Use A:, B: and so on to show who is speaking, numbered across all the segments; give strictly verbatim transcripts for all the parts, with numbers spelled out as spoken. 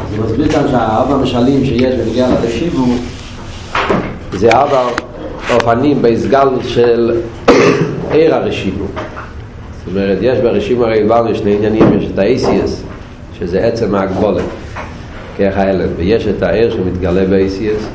A: זה מסביר כאן שהארבע המשלים שיש בנגיע לרשימו זה ארבע אופנים בהסגל של עיר הרשימו. זאת אומרת, יש ברשימו הרי הבנו שני עניינים, יש את ה-A C S שזה עצם ההגבולת כרך האלם, ויש את העיר שמתגלה ב-A C S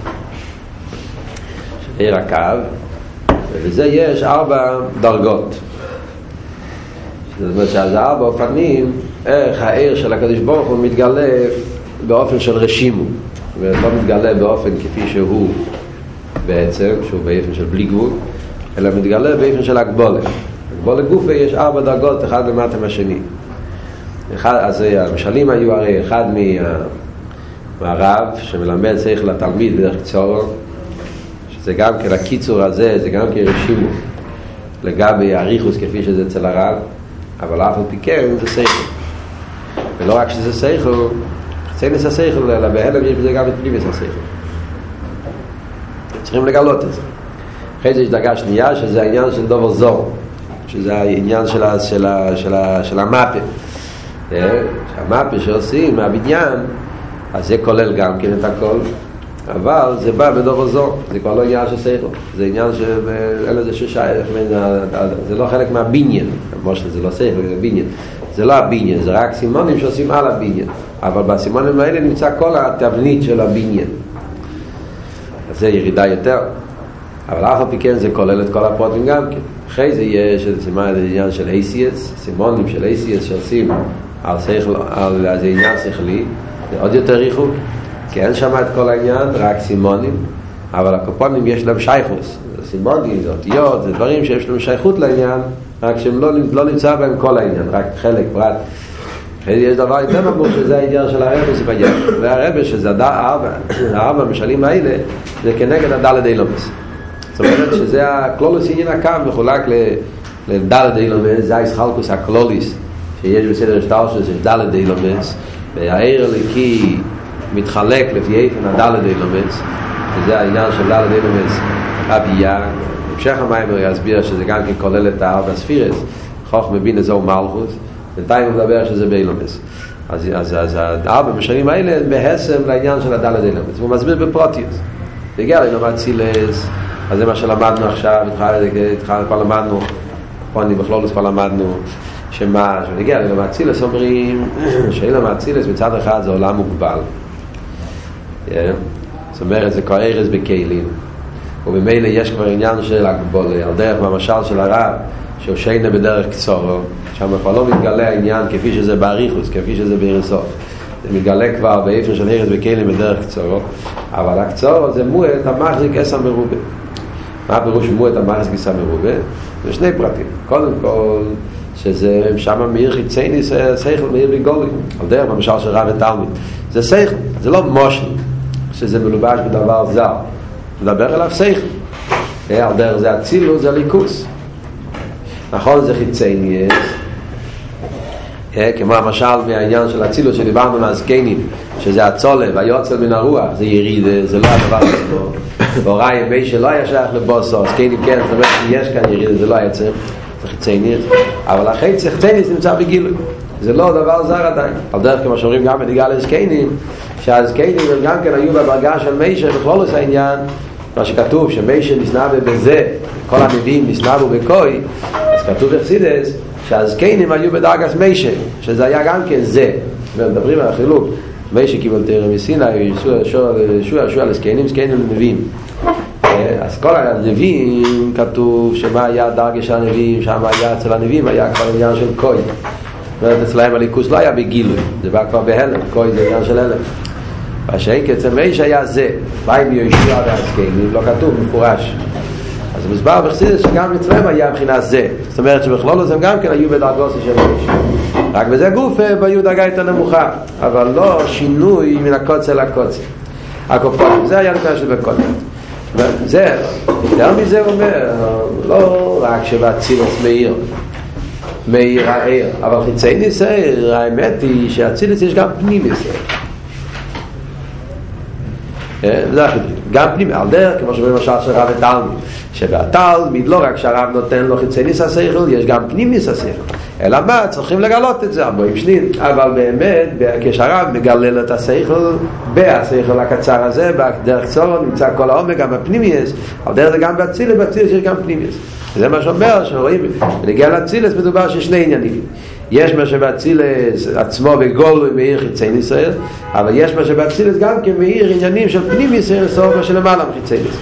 A: עיר הקו, ולזה יש ארבע דרגות. זאת אומרת שזה ארבע אופנים איך העיר של הקדוש ברוך הוא מתגלה באופן של רשימו, ולא מתגלה באופן כפי שהוא בעצם, שהוא באופן של בלי גבול, אלא מתגלה באופן של הגבולת. הגבולת גופה יש ארבע דרגות, אחד למטה מהשני. אחד, אז המשלים היו הרי אחד מה, מהרב שמלמד צריך לתלמיד בדרך קצורו, שזה גם כן הקיצור הזה, זה גם כן רשימו לגבי האריכוס כפי שזה אצל הרב, אבל אף על פי כן זה שכל. ולא רק שזה שכל, חצינס השכל, אלא בהלם יש בזה גם את פנימיס השכל. צריכים לגלות את זה. אחרי זה יש דרגה שנייה, שזה העניין של דובר זור, שזה העניין של, ה, של, ה, של, ה, של המפה. שהמפה שעושים מהבניין, אז זה כולל גם כן את הכל, אבל זה בא בדובר זור, זה כבר לא עניין של שכל, זה עניין של אלה זה ששייך, זה לא חלק מהבניין, כמו שזה לא שכל, זה בניין. זה לא הבניין, זה רק סימונים שעושים על הבניין, אבל בסימונים האלה נמצא כל התבנית של הבניין. אז זה ירידה יותר, אבל אף על פי כן זה כולל את כל הפרוטים גם כן. אחרי זה יש סימן את העניין של A C S, סימונים של A C S שעושים על, שכל, על זה עניין שכלי, זה עוד יותר ריחוק, כי אין שם את כל העניין, רק סימונים, אבל הקופונים יש להם שייכוס, זה סימונים, זה אותיות, זה דברים שיש להם שייכות לעניין, רק שהם לא, לא נמצא בהם כל העניין, רק חלק, פרט. יש דבר יותר נמוך שזה העניין של הרבש שבעניין, והרבש שזה הארבע, הארבע המשלים האלה, זה כנגד הדלת אילומס. זאת אומרת שזה הקלולוס עניין הקו מחולק לדלת אילומס, זה הישחלקוס הקלוליס, שיש בסדר שטר שזה דלת אילומס, והעיר הליקי מתחלק לפי איפן הדלת אילומס, וזה העניין של דלת אילומס, הבייה. המשך המים הוא יסביר שזה גם כן כולל את הארבע ספירס, חוכמה בינה זו מלכות, בינתיים הוא מדבר שזה באילומס. אז, אז, אז הארבע משלים האלה בהסם לעניין של הדלת אילומס, הוא מסביר בפרוטיוס. הגיע לנו מאצילס, אז זה מה שלמדנו עכשיו, התחלנו כבר למדנו, פוני בכלולוס כבר למדנו, שמה, שהגיע לנו מאצילס אומרים, שאילו מאצילס מצד אחד זה עולם מוגבל. זאת אומרת, זה כבר ארז בכלים. ובמילא יש כבר עניין של הגבולה, על דרך מהמשל של הרב, שהוא שיינה בדרך קצורו, שם כבר לא מתגלה העניין כפי שזה באריכוס, כפי שזה בארסוף. זה מתגלה כבר באיפן של ארז בכלים בדרך קצורו, אבל הקצורו זה מועט המחזיק עשר מרובה. מה הפירוש מועט המחזיק עשר מרובה? זה שני פרטים. קודם כל, שזה שם מאיר חיצייני, שכל מאיר בגולים, על דרך מהמשל של רב ותלמיד. זה שכל, זה לא מושל, שזה מלובש בדבר זר. מדבר אליו שכל. על דרך זה הצילות, זה ליכוס. נכון, זה חיצייני. כמו המשל מהעניין של הצילות שדיברנו מהזקנים, שזה הצולה והיוצל מן הרוח, זה יריד, זה לא הדבר הזה. והוראי ימי שלא היה שייך לבוסו, הזקנים כן, זאת אומרת שיש כאן יריד, זה לא היצר, זה חיצייני. אבל החצי חיצייני זה נמצא בגילוי. זה לא דבר זר עדיין. על דרך כמו שאומרים גם בניגע לזקנים, שהזקנים גם כן היו בברגה של מיישה, בכלול עושה העניין, מה שכתוב שמיישה נסנע בזה, כל הנביאים נסנעו בקוי, אז כתוב בחסידס שהזקנים היו בדרגת מיישה, שזה היה גם כן זה. ומדברים על החילוק, מיישה קיבל תרא מסיני, ישוע ישוע לזקנים, זקנים לנביאים. אז כל הנביאים כתוב שמה היה דרגה של הנביאים, שם היה אצל הנביאים היה כבר עניין של קוי. זאת אומרת, אצלהם הליכוס לא היה בגילוי, זה בא כבר בהלם, קוי זה עניין של הלם. והשאין כצל מי שהיה זה, באים יהושע והזקנים, לא כתוב מפורש. אז מוסבר בחסידס שגם אצלם היה מבחינה זה. זאת אומרת שבכלולוס הם גם כן היו בדרגות של מי. רק בזה גוף הם היו דרגה יותר נמוכה, אבל לא שינוי מן הקוצה לקוצה. הקופונים, זה היה נקרא של בקודם. זה, יותר מזה הוא אומר, לא רק שבאצילוס מאיר, מאיר העיר, אבל חיצי ניסר, האמת היא שהאצילוס יש גם פנים ניסר. גם פנימי, על דרך, כמו שאומרים משל של רב ותלמיד, שבתלמיד לא רק שהרב נותן לו חיצייניס השכל, יש גם פנימיס השכל. אלא מה? צריכים לגלות את זה, ארבעים שנין. אבל באמת, כשהרב מגלל את השכל, בהשכל הקצר הזה, בדרך צורו נמצא כל העומק, גם הפנימיס, אבל דרך זה גם באצילס, באצילס יש גם פנימיס. זה מה שאומר, שרואים, בנגיע לאצילס מדובר ששני עניינים. יש מה שבאצילס עצמו בגולו מאיר חיצייניס, אבל יש מה שבאצילס גם כמאיר עניינים של פנימיס, סוף מה שלמעלה מחיצייניס.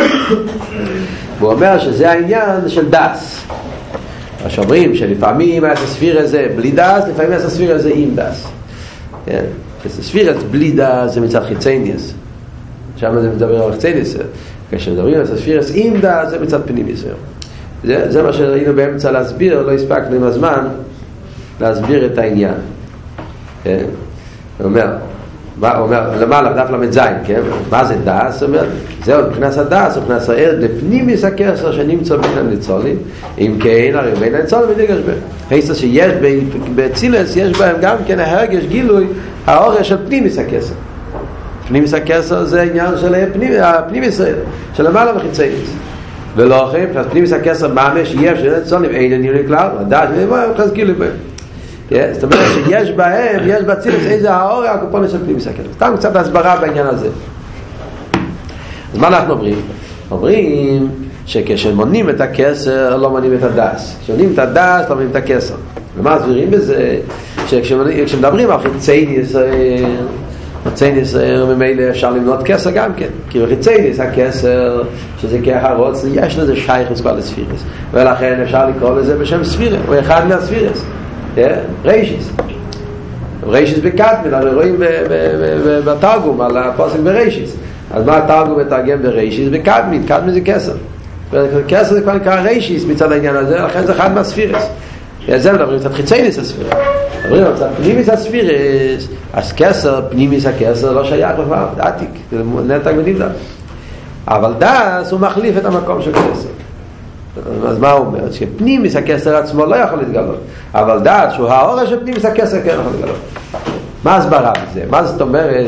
A: הוא אומר שזה העניין של דס. אז אומרים שלפעמים הספיר הזה בלי דס, לפעמים הספיר הזה עם דס. הספיר הזה בלי דס זה מצד חיצייניס, שם זה מדבר על חיצייניס. כשמדברים על הספיר הזה עם דס זה מצד פנימיס. זה, זה מה שראינו באמצע להסביר, לא הספקנו עם הזמן להסביר את העניין. הוא אומר, מה, הוא אומר, למעלה, דף למד זין, כן? מה זה דס? הוא אומר, זהו, מבחינת הדס, מבחינת הער, לפנימיס הקשר שנמצא בין הניצולים, אם כן, הרי בין הניצולים ודגש בהם. היסטר שיש בצילס, יש בהם גם כן ההרגש גילוי, האורש של פנימיס הקשר. פנימיס הקשר זה עניין של הפנימיס, של למעלה וחיצייניס. ולא אחרים, פנימיס הקשר ממש יש, שניצולים אין עניינים כלל, הדס, וחז גילוי בהם. זאת אומרת שיש בהם, יש בצילס איזה האור הקופון של פנימיס הקשר. סתם קצת הסברה בעניין הזה. אז מה אנחנו אומרים? אומרים שכשמונים את הקשר לא מונים את הדס. כשמונים את הדס לא מונים את הקשר. ומה הסבירים בזה? שכשמדברים על חיצייניס, חיצייניס ממילא אפשר למנות קשר גם כן. כי בחיצייניס הקשר, שזה כהרוץ, יש לזה שייכוס כבר לספירס. ולכן אפשר לקרוא לזה בשם ספירה. הוא אחד מהספירס. ריישיס. ריישיס בקטמן, אנחנו רואים בתרגום על הפוסק בריישיס. אז מה התרגום מתרגם בריישיס? בקדמית, קדמית זה כסר. כסר זה כבר נקרא ריישיס מצד העניין הזה, לכן זה אחד מהספירס. זה מדברים קצת חיצייניס הספירס. מדברים קצת פנימיס הספירס, אז כסר, פנימיס הכסר לא שייך כבר, דעתיק, זה נתק מדידה. אבל דס הוא מחליף את המקום של כסר. אז מה הוא אומר? שפנימיס הכסר עצמו לא יכול להתגלות, אבל דס שהוא האורש של פנימיס הכסר כן יכול להתגלות. מה הסברה בזה? מה זאת אומרת?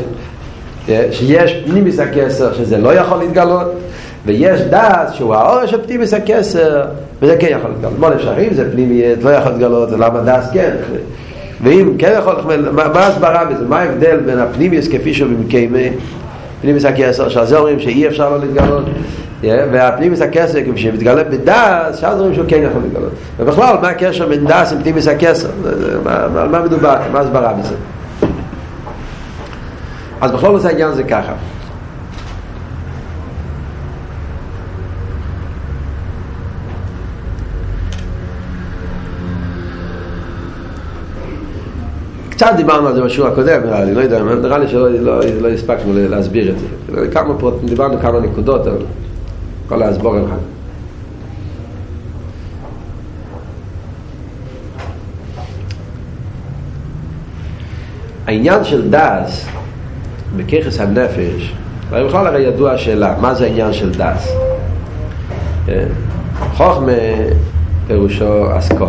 A: שיש פנימיס הקסר שזה לא יכול להתגלות, ויש דעת שהוא האורש של פנימיס הקסר וזה כן יכול להתגלות. מה אפשר? אם זה פנימיות לא יכול להתגלות, למה דעת כן? ואם כן יכול, מה, מה הסברה בזה? מה ההבדל בין הפנימיוס כפי שהוא במקיימי פנימיס הקסר, שעזה אומרים שאי אפשר לא להתגלות, והפנימיס הקסר כפי שמתגלה בדעת, שעזה אומרים שהוא כן יכול להתגלות. ובכלל, מה הקשר בין דעת עם פנימיס הקסר? על מה מדובר? מה הסברה בזה? אז בכל נושא העניין זה ככה. קצת דיברנו על זה בשיעור הקודם, נראה לי, לא יודע, נראה לי שלא לא, לא הספקנו להסביר את זה. כמה פרוט, דיברנו כמה נקודות, אבל כל להסבור לך. העניין של דס, בכיחס הנפש, בכלל הרי ידוע השאלה, מה זה העניין של דס? חוכמה פירושו אסכולה,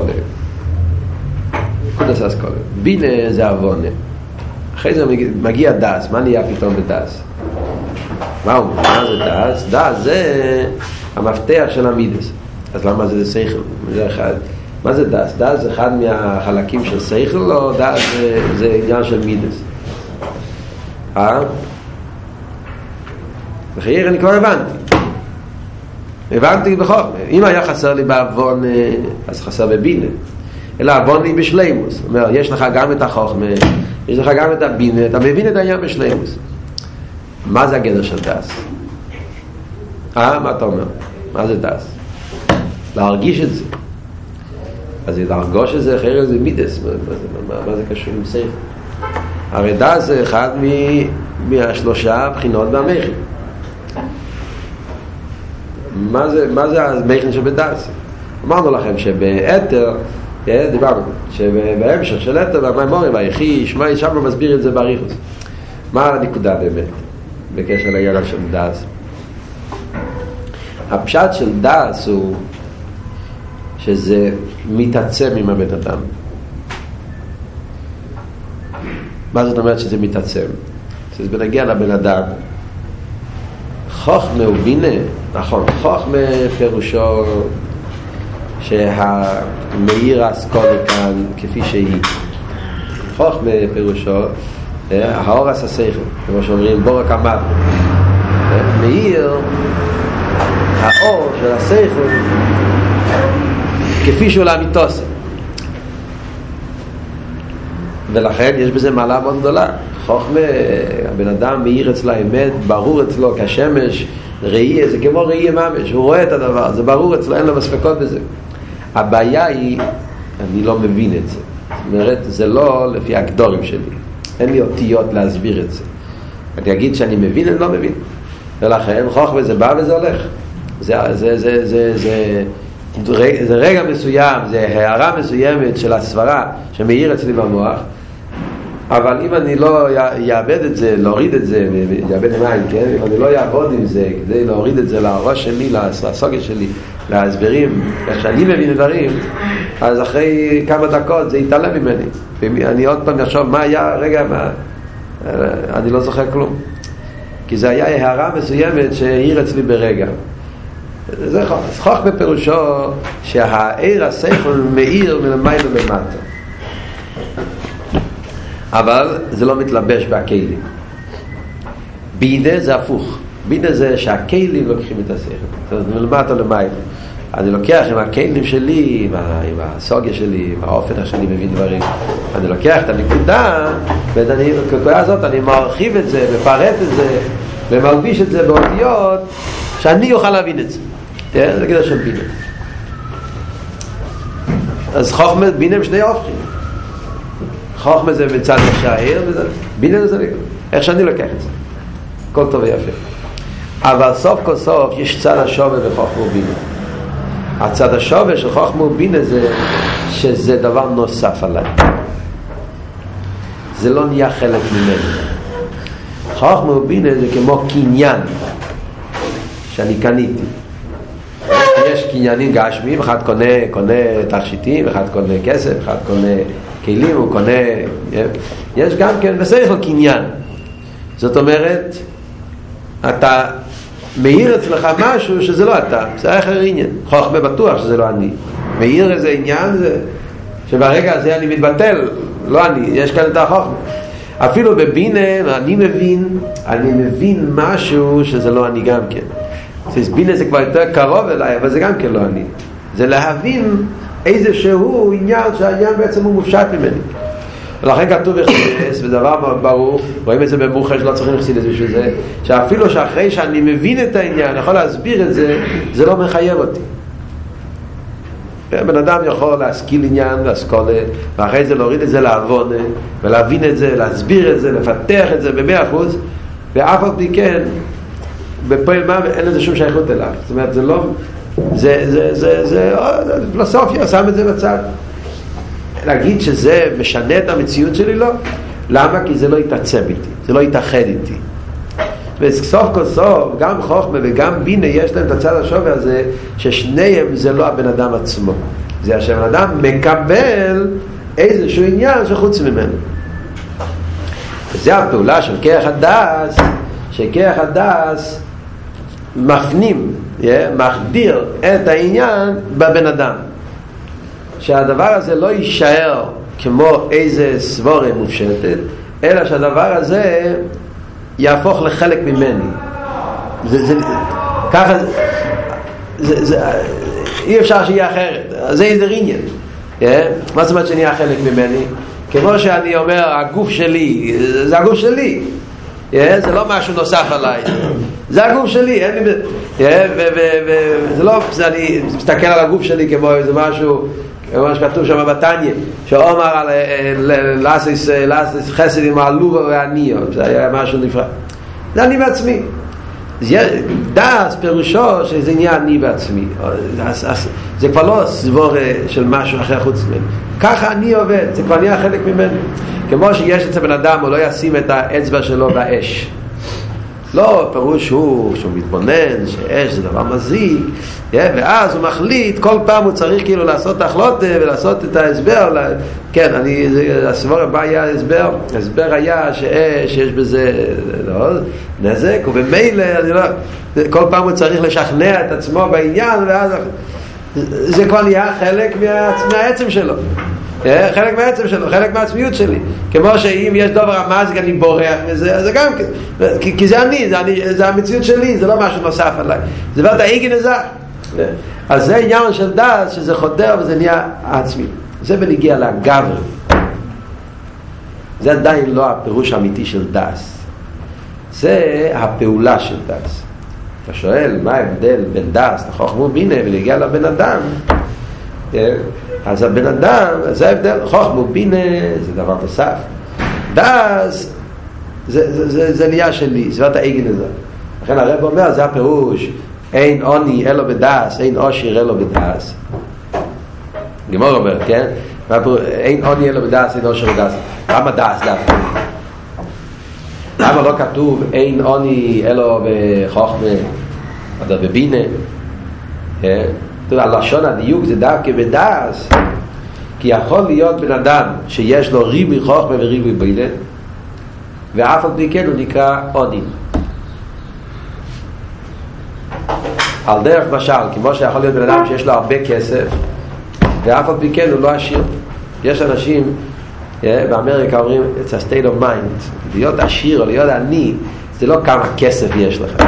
A: קודש אסכולה. בינה זה אבונה. אחרי זה מגיע דס, מה נהיה פתאום בדס? מה הוא? מה זה דס? דס זה המפתח של המידס. אז למה זה שכל? זה אחד. מה זה דס? דס זה אחד מהחלקים של שכל, או דס זה, זה עניין של מידס? אה? בחייר אני כבר הבנתי. הבנתי בחוכמה. אם היה חסר לי בעוון, אז חסר בבינה. אלא עוון לי בשלימוס. זאת אומרת, יש לך גם את החוכמה, יש לך גם את הבינה, אתה מבין את העניין בשלימוס. מה זה הגדר של דס? אה? מה אתה אומר? מה זה דס? להרגיש את זה. אז להרגוש את זה, אחרי זה מידס. מה, מה, מה, מה זה קשור עם שכל? הרי דס זה אחד מ, מהשלושה בחינות במכן. מה זה, מה זה המכן שבדס? אמרנו לכם שבאתר, דיברנו, שבהמשך של אתר, והמיימורים, והיחי, שמע, שם מסביר את זה בעריכוס. מה הנקודה באמת, בקשר לעניין של דס? הפשט של דס הוא שזה מתעצם עם הבן אדם. מה זאת אומרת שזה מתעצם? שזה בנגיע לבן אדם, חוכמה ובינה, נכון, חוכמה פירושו שהמאיר אסכולה כאן כפי שהיא. חוכמה פירושו האור השכל, כמו שאומרים בורק המד, מאיר האור של השכל כפי שהוא לאמיתוס, ולכן יש בזה מעלה מאוד גדולה. חוכמה, הבן אדם מאיר אצלו האמת, ברור אצלו כשמש, ראי, זה כמו ראי ממש, הוא רואה את הדבר, זה ברור אצלו, אין לו מספקות בזה. הבעיה היא, אני לא מבין את זה, זאת אומרת, זה לא לפי הגדורים שלי, אין לי אותיות להסביר את זה. אני אגיד שאני מבין, אני לא מבין, ולכן חוכמה זה בא וזה הולך. זה, זה, זה, זה, זה, זה, זה רגע מסוים, זה הערה מסוימת של הסברה שמאיר אצלי במוח, אבל אם אני לא יאבד את זה, להוריד את זה, יאבד מים, כן? אם אני לא יעבוד עם זה כדי להוריד את זה לראש שלי, לסוגיה שלי, להסברים, איך שאני מבין דברים, אז אחרי כמה דקות זה יתעלם ממני. אני עוד פעם יחשוב מה היה, רגע, מה, אני לא זוכר כלום. כי זה היה הערה מסוימת שהעיר אצלי ברגע. זה חוכמה בפירושו שהעיר השכל מאיר מלמעלה למטה. אבל זה לא מתלבש בכלים. בינה זה הפוך. בינה זה שהכלים לוקחים את השכל. זאת אומרת, מלמטה למעלה. אני לוקח עם הכלים שלי, עם, ה, עם הסוגיה שלי, עם האופן שלי מבין דברים. אני לוקח את הנקודה, ובנקודה הזאת אני מרחיב את זה, מפרט את זה, ומלביש את זה באותיות, שאני אוכל להבין את זה. זה כדי של בינה. אז חוכמה, בינה משני אופכים. חוכמה זה מצד השעיר, בינה זה איך שאני לוקח את זה. הכל טוב ויפה. אבל סוף כל סוף יש צד השווה בחוכמה ובינה. הצד השווה של חוכמה ובינה זה שזה דבר נוסף עליי. זה לא נהיה חלק ממנו. חוכמה ובינה זה כמו קניין שאני קניתי. יש קניינים גשמיים, אחד קונה, קונה תכשיטים, אחד קונה כסף, אחד קונה כלים, הוא קונה, יש גם כן בסדר קניין. זאת אומרת, אתה מאיר אצלך משהו שזה לא אתה, זה אחר עניין. חוכמה בטוח שזה לא אני. מאיר איזה עניין זה שברגע הזה אני מתבטל, לא אני, יש כאן את החוכמה. אפילו בבינה אני מבין, אני מבין משהו שזה לא אני גם כן. אז בינה זה כבר יותר קרוב אליי, אבל זה גם כן לא אני. זה להבין איזשהו עניין שהעניין בעצם הוא מופשט ממני. ולכן כתוב בחסידות, ודבר מאוד ברור, רואים את זה במוחש, לא צריכים לחסידות בשביל זה, שאפילו שאחרי שאני מבין את העניין, אני יכול להסביר את זה, זה לא מחייב אותי. בן אדם יכול להשכיל עניין, להשכולה, ואחרי זה להוריד את זה לעבוד, ולהבין את זה, להסביר את זה, לפתח את זה במאה אחוז, ואף על פי כן, בפועל מה אין לזה שום שייכות אליו. זאת אומרת, זה לא, זה, זה, זה, זה, זה, פילוסופיה, שם את זה בצד. להגיד שזה משנה את המציאות שלי, לא. למה? כי זה לא יתעצב איתי, זה לא יתאחד איתי. וסוף כל סוף, גם חוכמה וגם בינה יש להם את הצד השווה הזה, ששניהם זה לא הבן אדם עצמו. זה השם אדם מקבל איזשהו עניין שחוץ ממנו. וזה הפעולה של כיח הדס, שכיח הדס מפנים, מחדיר את העניין בבן אדם. שהדבר הזה לא יישאר כמו איזה סבורה מופשטת, אלא שהדבר הזה יהפוך לחלק ממני. זה, זה, ככה, זה, זה, אי אפשר שיהיה אחרת. זה איזה עניין. Yeah? מה זאת אומרת שנהיה חלק ממני? כמו שאני אומר, הגוף שלי, זה הגוף שלי. Yeah? זה לא משהו נוסף עליי. זה הגוף שלי. אין לי... yeah? וזה לא, אני מסתכל על הגוף שלי כמו איזה משהו... כמו שכתוב שם בתניא, שאומר על לאסס חסד עם העלובה והעניות, זה היה משהו נפרד. זה אני בעצמי. דס פירושו שזה נהיה אני בעצמי. זה כבר לא סבור של משהו אחר חוץ ממנו. ככה אני עובד, זה כבר נהיה חלק ממנו. כמו שיש אצל בן אדם, הוא לא ישים את האצבע שלו באש. אצלו פירוש הוא שהוא מתבונן שאש זה דבר מזיק, ואז הוא מחליט כל פעם הוא צריך כאילו לעשות החלוט ולעשות את ההסבר. כן, אני, הסבור הבא היה הסבר, הסבר היה שיש בזה לא, נזק, ובמילא אני לא, כל פעם הוא צריך לשכנע את עצמו בעניין, ואז זה כבר נהיה חלק מהעצם שלו, חלק מהעצם שלו, חלק מהעצמיות שלי. כמו שאם יש דבר המזיק אני בורח מזה, זה גם כי, כי זה אני, זה אני, זה המציאות שלי, זה לא משהו נוסף עליי, זה לא את האיגן הזה. אז זה עניין של דס שזה חודר וזה נהיה עצמי. זה בנגיע לגבר, זה עדיין לא הפירוש האמיתי של דס, זה הפעולה של דס. אתה שואל מה ההבדל בין דס לחוכמה ובינה ולהגיע לבן אדם, אז הבן אדם, זה ההבדל. חוכמה ובינה זה דבר נוסף, דס זה, זה, זה, זה נהיה שלי, זה את האיגן הזה. לכן הרב אומר זה הפירוש, אין עוני אלו בדס, אין עושר אלו בדס. גמור אומר, כן? אין עוני אלו בדס, אין עושר בדס. למה דס דווקא? למה לא כתוב אין עוני אלו בחוכמה או בבינה? הלשון הדיוק זה דווקא בדס, כי יכול להיות בן אדם שיש לו ריבוי חוכמה וריבוי בינה, ואף על פי כן הוא נקרא עוני. על דרך משל, כמו שיכול להיות בן אדם שיש לו הרבה כסף ואף על פי כן הוא לא עשיר. יש אנשים באמריקה אומרים it's a state of mind, להיות עשיר או להיות עני זה לא כמה כסף יש לך.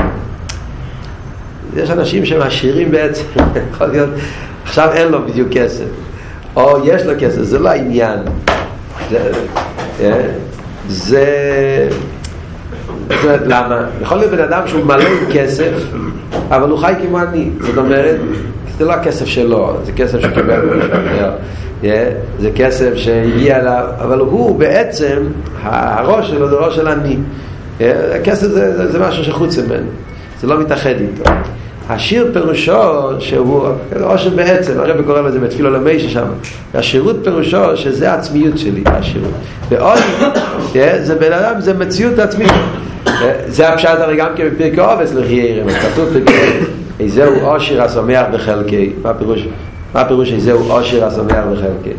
A: יש אנשים שהם עשירים בעצם, יכול להיות עכשיו אין לו בדיוק כסף או יש לו כסף, זה לא העניין. זה, זה למה? יכול להיות בן אדם שהוא מלא עם כסף אבל הוא חי כמו אני, זאת אומרת זה לא הכסף שלו, זה כסף שקיבל במישהו אחר, זה כסף שהגיע אליו, אבל הוא בעצם הראש שלו זה ראש של אני. הכסף זה, זה, זה משהו שחוץ ממנו, זה לא מתאחד איתו. השיר פירושו שהוא או שבעצם הרב קורא לזה בתפילו למיישה שם, השירות פירושו שזה העצמיות שלי, השירות ועוד זה בן אדם, זה מציאות עצמית. זה הפשט הרי גם כבפרקי אובס לחיירם, כתוב פרקי איזהו עושר השמח בחלקי. מה פירוש? מה פירוש איזהו עושר השמח בחלקי?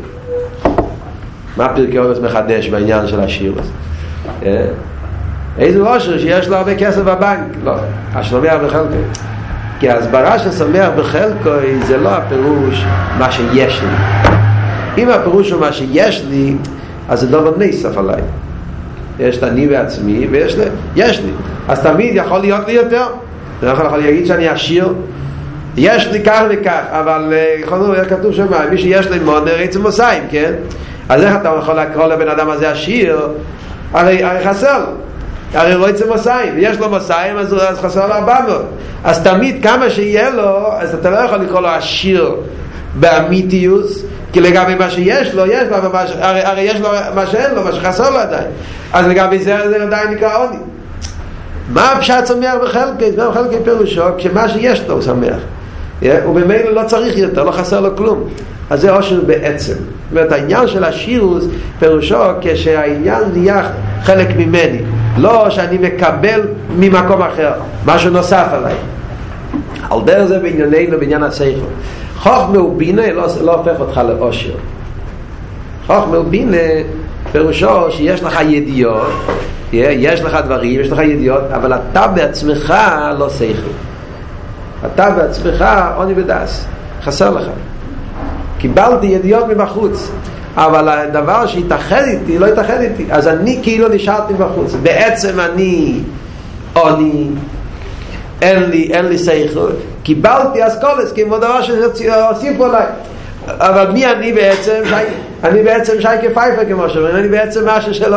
A: מה פרקי אובס מחדש בעניין של השיר הזה? איזהו עושר שיש לו הרבה כסף בבנק? לא, השמח בחלקי. כי ההסברה של שמח בחלקי זה לא הפירוש מה שיש לי. אם הפירוש הוא מה שיש לי, אז זה דבר נסף עליי. יש את אני בעצמי ויש לי, יש לי, אז תמיד יכול להיות לי יותר. אני יכול להגיד שאני עשיר, יש לי כך וכך, אבל כתוב שם מי שיש לי מונר עצם מוסיים, כן? אז איך אתה יכול לקרוא לבן אדם הזה עשיר? הרי, הרי חסר הרי לא עצם מוסיים, ויש לו מוסיים אז, אז חסר לו ארבע מאות. אז תמיד כמה שיהיה לו, אז אתה לא יכול לקרוא לו עשיר באמיתיוס, כי לגבי מה שיש לו, יש לו, הרי, הרי יש לו מה שאין לו, מה שחסר לו עדיין. אז לגבי זה, זה עדיין נקרא עוני. מה הפשט שמח בחלקי? שמח בחלקי פירושו, כשמה שיש לו הוא שמח. ובמילא לא צריך יותר, לא חסר לו כלום. אז זה עושר בעצם. זאת אומרת, העניין של השירוס פירושו כשהעניין נהיה חלק ממני. לא שאני מקבל ממקום אחר, משהו נוסף עליי. על דרך זה בענייננו, בעניין השכל. חוכמה ובינה לא, לא הופך אותך לעושר. חוכמה ובינה פירושו שיש לך ידיעות, יש לך דברים, יש לך ידיעות, אבל אתה בעצמך לא שכל. אתה בעצמך עוני ודס, חסר לך. קיבלתי ידיעות מבחוץ, אבל הדבר שהתאחד איתי לא התאחד איתי, אז אני כאילו נשארתי בחוץ. בעצם אני עוני, אין לי, אין לי שכל. קיבלתי אסכולס כמו דבר שהוסיפו עליי, אבל מי אני בעצם? שי, אני בעצם שייקה פייפה כמו שאומרים, אני בעצם משהו שלא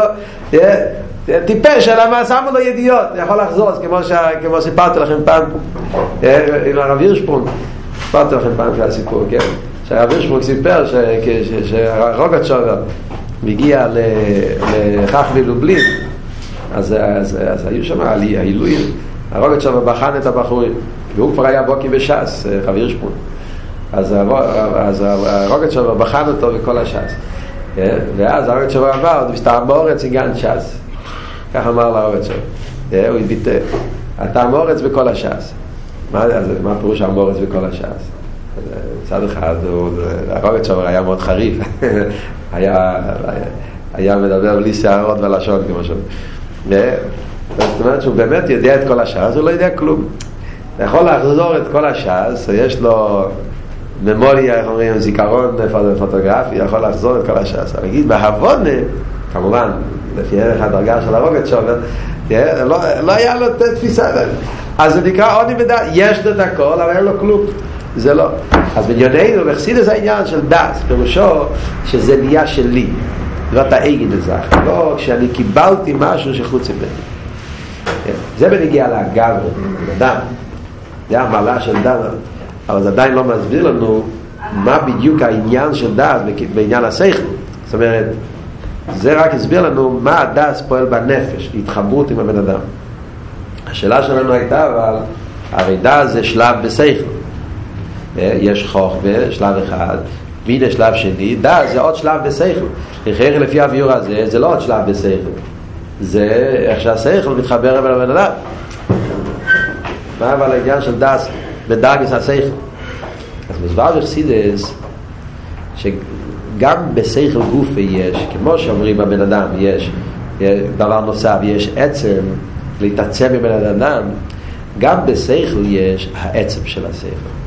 A: טיפש, אלא מה שמו לו ידיעות. אני יכול לחזור, כמו, ש... כמו סיפרתי לכם פעם עם הרב הירשפרונג, סיפרתי לכם פעם של הסיפור, כן? שהרב הירשפרונג סיפר ש... ש... שרוגצ'ובר מגיע לכך מלובלין, אז, אז, אז היו שם העילויים, הרוגצ'ובר בחן את הבחורים, והוא כבר היה בוקי בש"ס, רב הירשפרונג, אז, אז הרוגצ'ובר בחן אותו בכל הש"ס, ואז הרוגצ'ובר אמר, עוד מסתער באורץ עניין ש"ס, כך אמר לרוגצ'ובר, הוא התביטא, אתה מורץ בכל הש"ס. מה, מה פירוש המורץ בכל הש"ס? מצד אחד, הרוגת שובר היה מאוד חריף. היה, היה מדבר בלי שערות ולשון, כמו שאומרים. זאת אומרת שהוא באמת יודע את כל הש"ס, הוא לא יודע כלום. אתה יכול לחזור את כל הש"ס, יש לו ממוריה, איך אומרים, זיכרון פוטוגרפי, יכול לחזור את כל הש"ס. אבל נגיד, בהבונה, כמובן, לפי ערך הדרגה של הרוגת שובר, לא, לא היה לו תפיסה. אז זה נקרא עוני בדעת, יש לו את הכל, אבל אין לו כלום. זה לא. אז בניוננו, בחסידות זה העניין של דעת, פירושו שזה נהיה שלי. לא אתה אגד את זה. לא כשאני קיבלתי משהו שחוץ ממני. זה בנגיע לאגב, אדם. זה המעלה של דעת. אבל זה עדיין לא מסביר לנו מה בדיוק העניין של דעת בעניין השכל. זאת אומרת, זה רק הסביר לנו מה הדעת פועל בנפש, התחברות עם הבן אדם. השאלה שלנו הייתה, אבל הרי דעת זה שלב בשכל. יש חוכמה, שלב אחד, והנה שלב שני, דעת זה עוד שלב בשכל. לכן לפי הביור הזה, זה לא עוד שלב בשכל. זה איך שהשכל מתחבר עם הבן אדם. מה אבל העניין של דעת בדרגת השכל? אז מסבר בחסידות שגם בשכל גופה יש, כמו שאומרים בבן אדם, יש דבר נוסף, יש עצם להתעצם בבן אדם, גם בשכל יש העצם של השכל.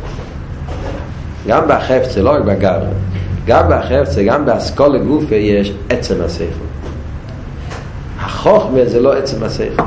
A: גם בחפצה, לא רק בגבר, גם בחפצה, גם באסכולה גופה יש עצם השכל. החוכמה זה לא עצם השכל.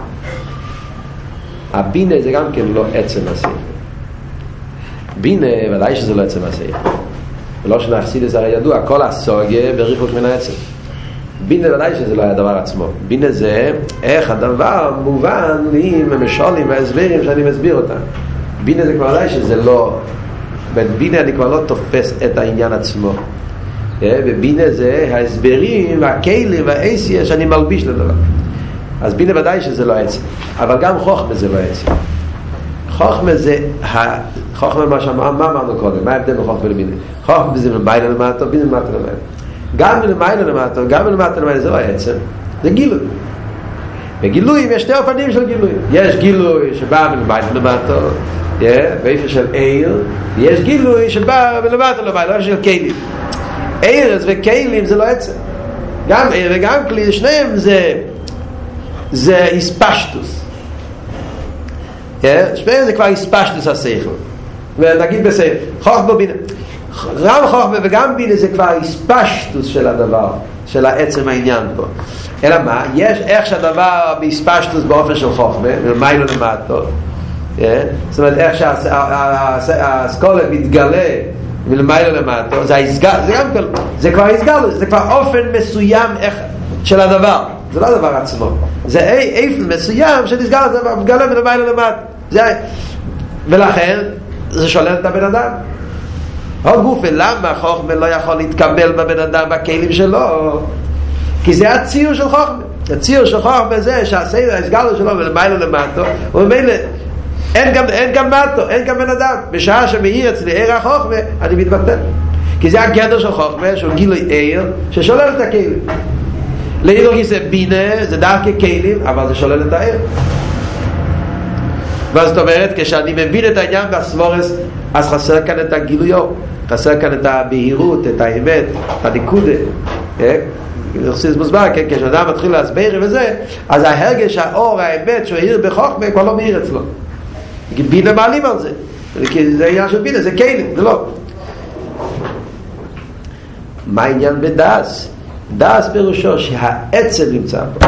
A: הבינה זה גם כן לא עצם השכל. בינה ודאי שזה לא עצם השכל. ולא שנחסיד את זה הרי ידוע, כל הסוגיה בריחוק מן העצם. בינה ודאי שזה לא היה הדבר עצמו. בינה זה איך הדבר מובן לי עם המשולים וההסברים שאני מסביר אותם. בינה זה כבר ודאי שזה לא, בבינה אני כבר לא תופס את העניין עצמו. ובינה זה ההסברים והכלים והעשייה שאני מלביש לדבר. אז בינה ודאי שזה לא עצם. אבל גם חוכמה זה לא עצם. חוכמה זה, חוכמה מה שאמרנו, מה אמרנו קודם? מה ההבדל בחוכמה לבינה? חוכמה זה מלמעלה למטה, בינה למטה למעלה. גם מלמעלה למטה, גם מלמטה למעלה זה לא עצם, זה גילוי. בגילויים יש שתי אופנים של גילוי. יש גילוי שבא מלמעלה למטה, באיפה של עיר, ויש גילוי שבא מלמטה למעלה, באיפה של כלים. עיר וכלים זה לא עצם. גם עיר וגם כלי, שניהם זה זה הספשטוס. שניהם זה כבר הספשטוס השכל. ונגיד בסדר, חוכמה בינה. גם חוכמה וגם בינה זה כבר הספשטוס של הדבר, של העצם העניין פה. אלא מה? יש איך שהדבר בהספשטוס באופן של חוכמה, מלמיילו למטו. זאת אומרת, איך שהאסכולה מתגלה מלמיילו למטו, זה הסגל, זה גם כל, זה כבר הסגל, זה כבר אופן מסוים של הדבר. זה לא הדבר עצמו. זה איפה מסוים שנסגר את זה, מתגלה מלמיילו למטו. ולכן, זה שולל את הבן אדם. עוד גוף, למה חוכמה לא יכול להתקבל בבן אדם בכלים שלו? כי זה הציור של חוכמה. הציור של חוכמה זה שהסדר הסגלו שלו ולמיילו למטו, ובמילא אין גם, אין גם מטו, אין גם בן אדם. בשעה שמאיר אצלי עיר החוכמה, אני מתבטל. כי זה הגדר של חוכמה, שהוא גילוי עיר, ששולל את הכלים. לעיר זה בינה, זה דרכי כלים, אבל זה שולל את העיר. ואז זאת אומרת, כשאני מבין את העניין בסבורס, אז חסר כאן את הגילויו, חסר כאן את הבהירות, את האמת, את הנקודה. זה מוסבר, כשאדם מתחיל להסביר וזה, אז ההרגש, האור, האמת שהוא העיר בחוכמה, כבר לא מהיר אצלו. בינה מעלים על זה, כי זה העניין של בינה, זה כלים, זה לא. מה העניין בדאס? דאס פירושו שהעצם נמצא פה.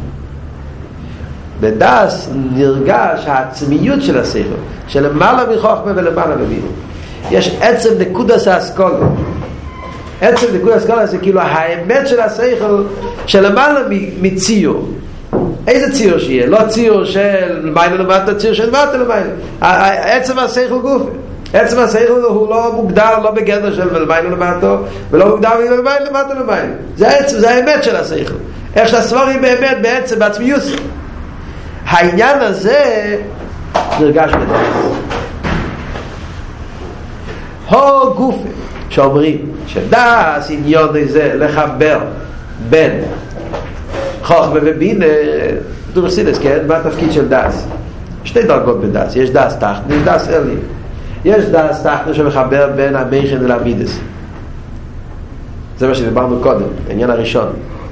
A: בדאס נרגש העצמיות של השכל, שלמעלה מחוכמה ולמעלה מבינה. יש עצם נקודס האסכולה. עצם נקודס האסכולה זה כאילו האמת של השכל שלמעלה מציור. איזה ציור שיהיה? לא ציור של למעלה למטה, ציור של למטה למעלה. עצם השכל גוף. עצם השכל הוא לא מוגדר, לא בגדר של למעלה למטה, ולא מוגדר למעלה למטה למעלה. זה העצם, זה האמת של השכל. איך שהסבורים באמת בעצם בעצמיות. העניין הזה נרגש בדאס. הו גופה שאומרים שדאס עניון זה לחבר בין חוכמה ובינה, דורסידס, כן? מה התפקיד של דאס? שתי דרגות בדס, יש דס תחתן, יש דס עליון. יש דס תחתן שמחבר בין המכין ולמידס. זה מה שדיברנו קודם, העניין הראשון.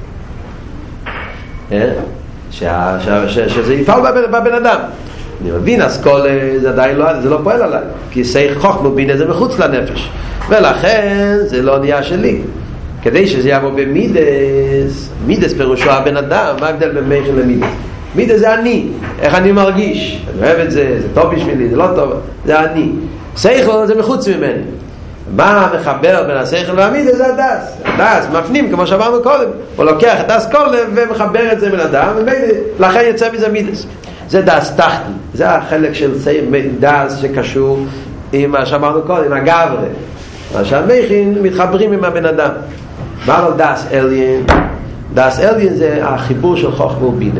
A: שה, שה, ש, שזה יפעל בבן, בבן אדם. אני מבין, אז כל זה עדיין לא, זה לא פועל עליי, כי סייך חוכמה בינה זה מחוץ לנפש, ולכן זה לא נהיה שלי. כדי שזה יבוא במידס, מידס פירושו הבן אדם. מה ההבדל בין מכין למידס? מידס זה אני, איך אני מרגיש, אני אוהב את זה, זה טוב בשבילי, זה לא טוב, זה אני. סייכל זה מחוץ ממני. מה מחבר בין השכל והמידס? זה הדס. הדס מפנים, כמו שאמרנו קודם, הוא לוקח את דס קולב ומחבר את זה בין אדם, ולכן יוצא מזה מידס. זה דס תחתן, זה החלק של דס שקשור עם מה שאמרנו קודם, עם הגברה. מה שהמכין מתחברים עם הבן אדם. מה לא דס עליון? דס עליון זה החיבור של חוכמה ובינה.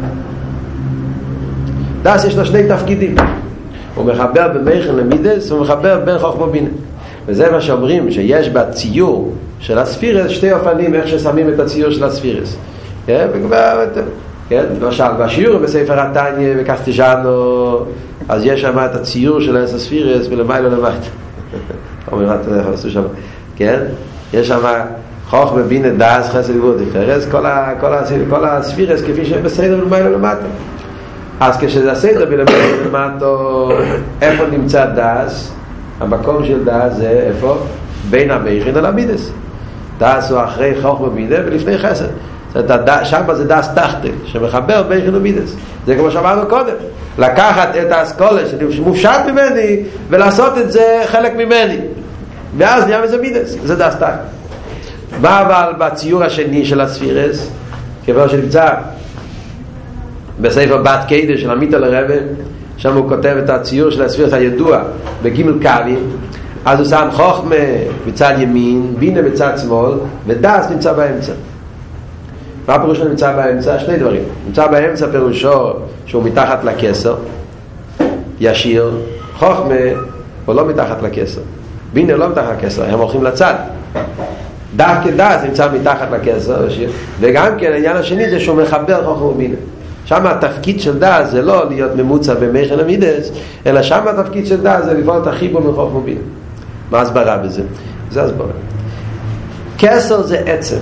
A: דס יש לו שני תפקידים, הוא מחבר בין מכין למידס, הוא מחבר בין חוכמה ובינה. וזה מה שאומרים, שיש בציור של הספירס שתי אופנים איך ששמים את הציור של הספירס. כן? כן? למשל בשיעור בספר התניא וקסטיג'אנו, אז יש שם את הציור של הספירס ולמעלה למטה. אומרים, אתה יכול לעשות שם, כן? יש שם חוכמה בינה דס חסד גבורה תפארת, כל ה כל ה כל הספירס כפי שהם בסדר ולמעלה למטה. אז כשזה הסדר ולמעלה למטה, איפה נמצא דס? המקום של דס זה איפה? בין המכין למידס. דס הוא אחרי חוכמה בינה ולפני חסד. שם זה דס תחתן שמחבר מכין ומידס. זה כמו שאמרנו קודם, לקחת את האסכולה שמופשט ממני ולעשות את זה חלק ממני, ואז נהיה מזה מידס. זה דס תחתן. מה אבל בציור השני של הספירס, כבר שנמצא בספר בת קדש של עמית לרבה, שם הוא כותב את הציור של הספירס הידוע בגימל קווים. אז הוא שם חוכמה מצד ימין, בינה מצד שמאל, ודס נמצא באמצע. מה פירושו נמצא באמצע? שני דברים. נמצא באמצע פירושו שהוא מתחת לכסר ישיר. חוכמה הוא לא מתחת לכסר, בינה לא מתחת לכסר, הם הולכים לצד. דווקא דס נמצא מתחת לכסר ישיר. וגם כן העניין השני זה שהוא מחבר חוכמה ובינה. שם התפקיד של דס זה לא להיות ממוצע במכין למידס, אלא שם התפקיד של דס זה לפעול את החיבור מחוכמה ובינה. מה הסברה בזה? זה הסברה. כסר זה עצם,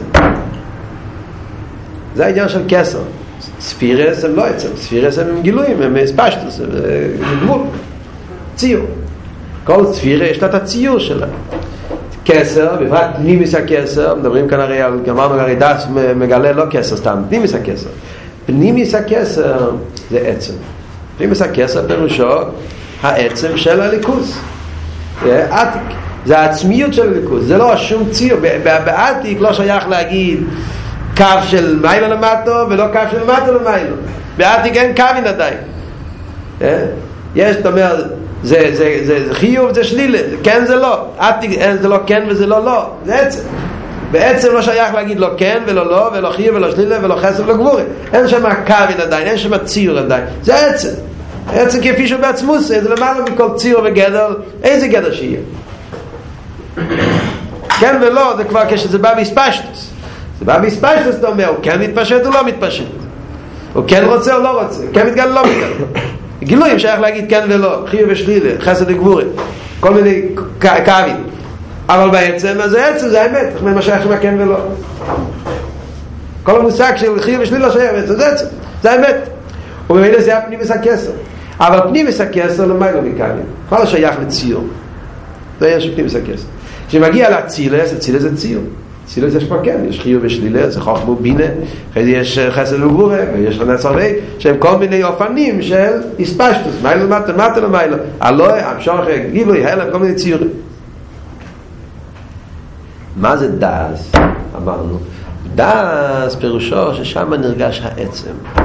A: זה העניין של כסר. ספירס הם לא עצם, ספירס הם גילויים, הם ספשטוס, הם גמול, ציור. כל ספירה יש לה את הציור שלה. כסר, בפרט פנימיס הכסר, מדברים כאן הרי, אמרנו הרי דס מגלה לא כסר סתם, פנימיס הכסר. פנימיס הכסר זה עצם. פנימיס הכסר פירושו העצם של הליכוס. עתיק, זה העצמיות של הליכוס, זה לא שום ציור. בעתיק לא שייך להגיד קו של מיילו למטו ולא קו של למטו למיילו. בעתיק אין קווין עדיין. יש, זאת אומרת, זה, זה, זה, זה חיוב, זה שלילה, כן זה לא. עתיק זה לא כן וזה לא לא, זה עצם. בעצם לא שייך להגיד לא כן ולא לא, ולא חיוב ולא שלילה ולא חסר ולא גבורה. אין שם קווין עדיין, אין שם ציור עדיין. זה עצם. עצם כפי שהוא בעצמוס, זה למעלה מכל ציור וגדר, איזה גדר שיהיה. כן ולא, זה כבר כשזה בא בספשטוס. זה בא בספשטוס, אתה אומר, הוא כן מתפשט או לא מתפשט. הוא כן רוצה או לא רוצה. כן מתגלה או לא מתגלה. גילויים שייך להגיד כן ולא, חיוב ושלילה, חסד וגבורה. כל מיני קווים. אבל בעצם, אז זה עצם, זה האמת. מה שייך שמה כן ולא. כל המושג של חיוב ושלילה שייך, זה עצם. זה האמת. ובמילה זה היה פנימיס הכסר. אבל פנימיס הכסר למיילו מקווים. כל השייך לציור. זה היה שפנימיס הכסר. כשמגיע לצילס, הצילס זה ציור. צילס יש פה כן, יש חיוב ושלילה, זה חוכמה ובינה, אחרי זה יש חסד וגבורה, ויש לנס הרבה, שהם כל מיני אופנים של הספשטוס, מיילו למטה, למטה למיילו, אלוהי, המשוך, גילוי, הלם, כל מיני ציורים. מה זה דס? אמרנו, דס פירושו ששם נרגש העצם.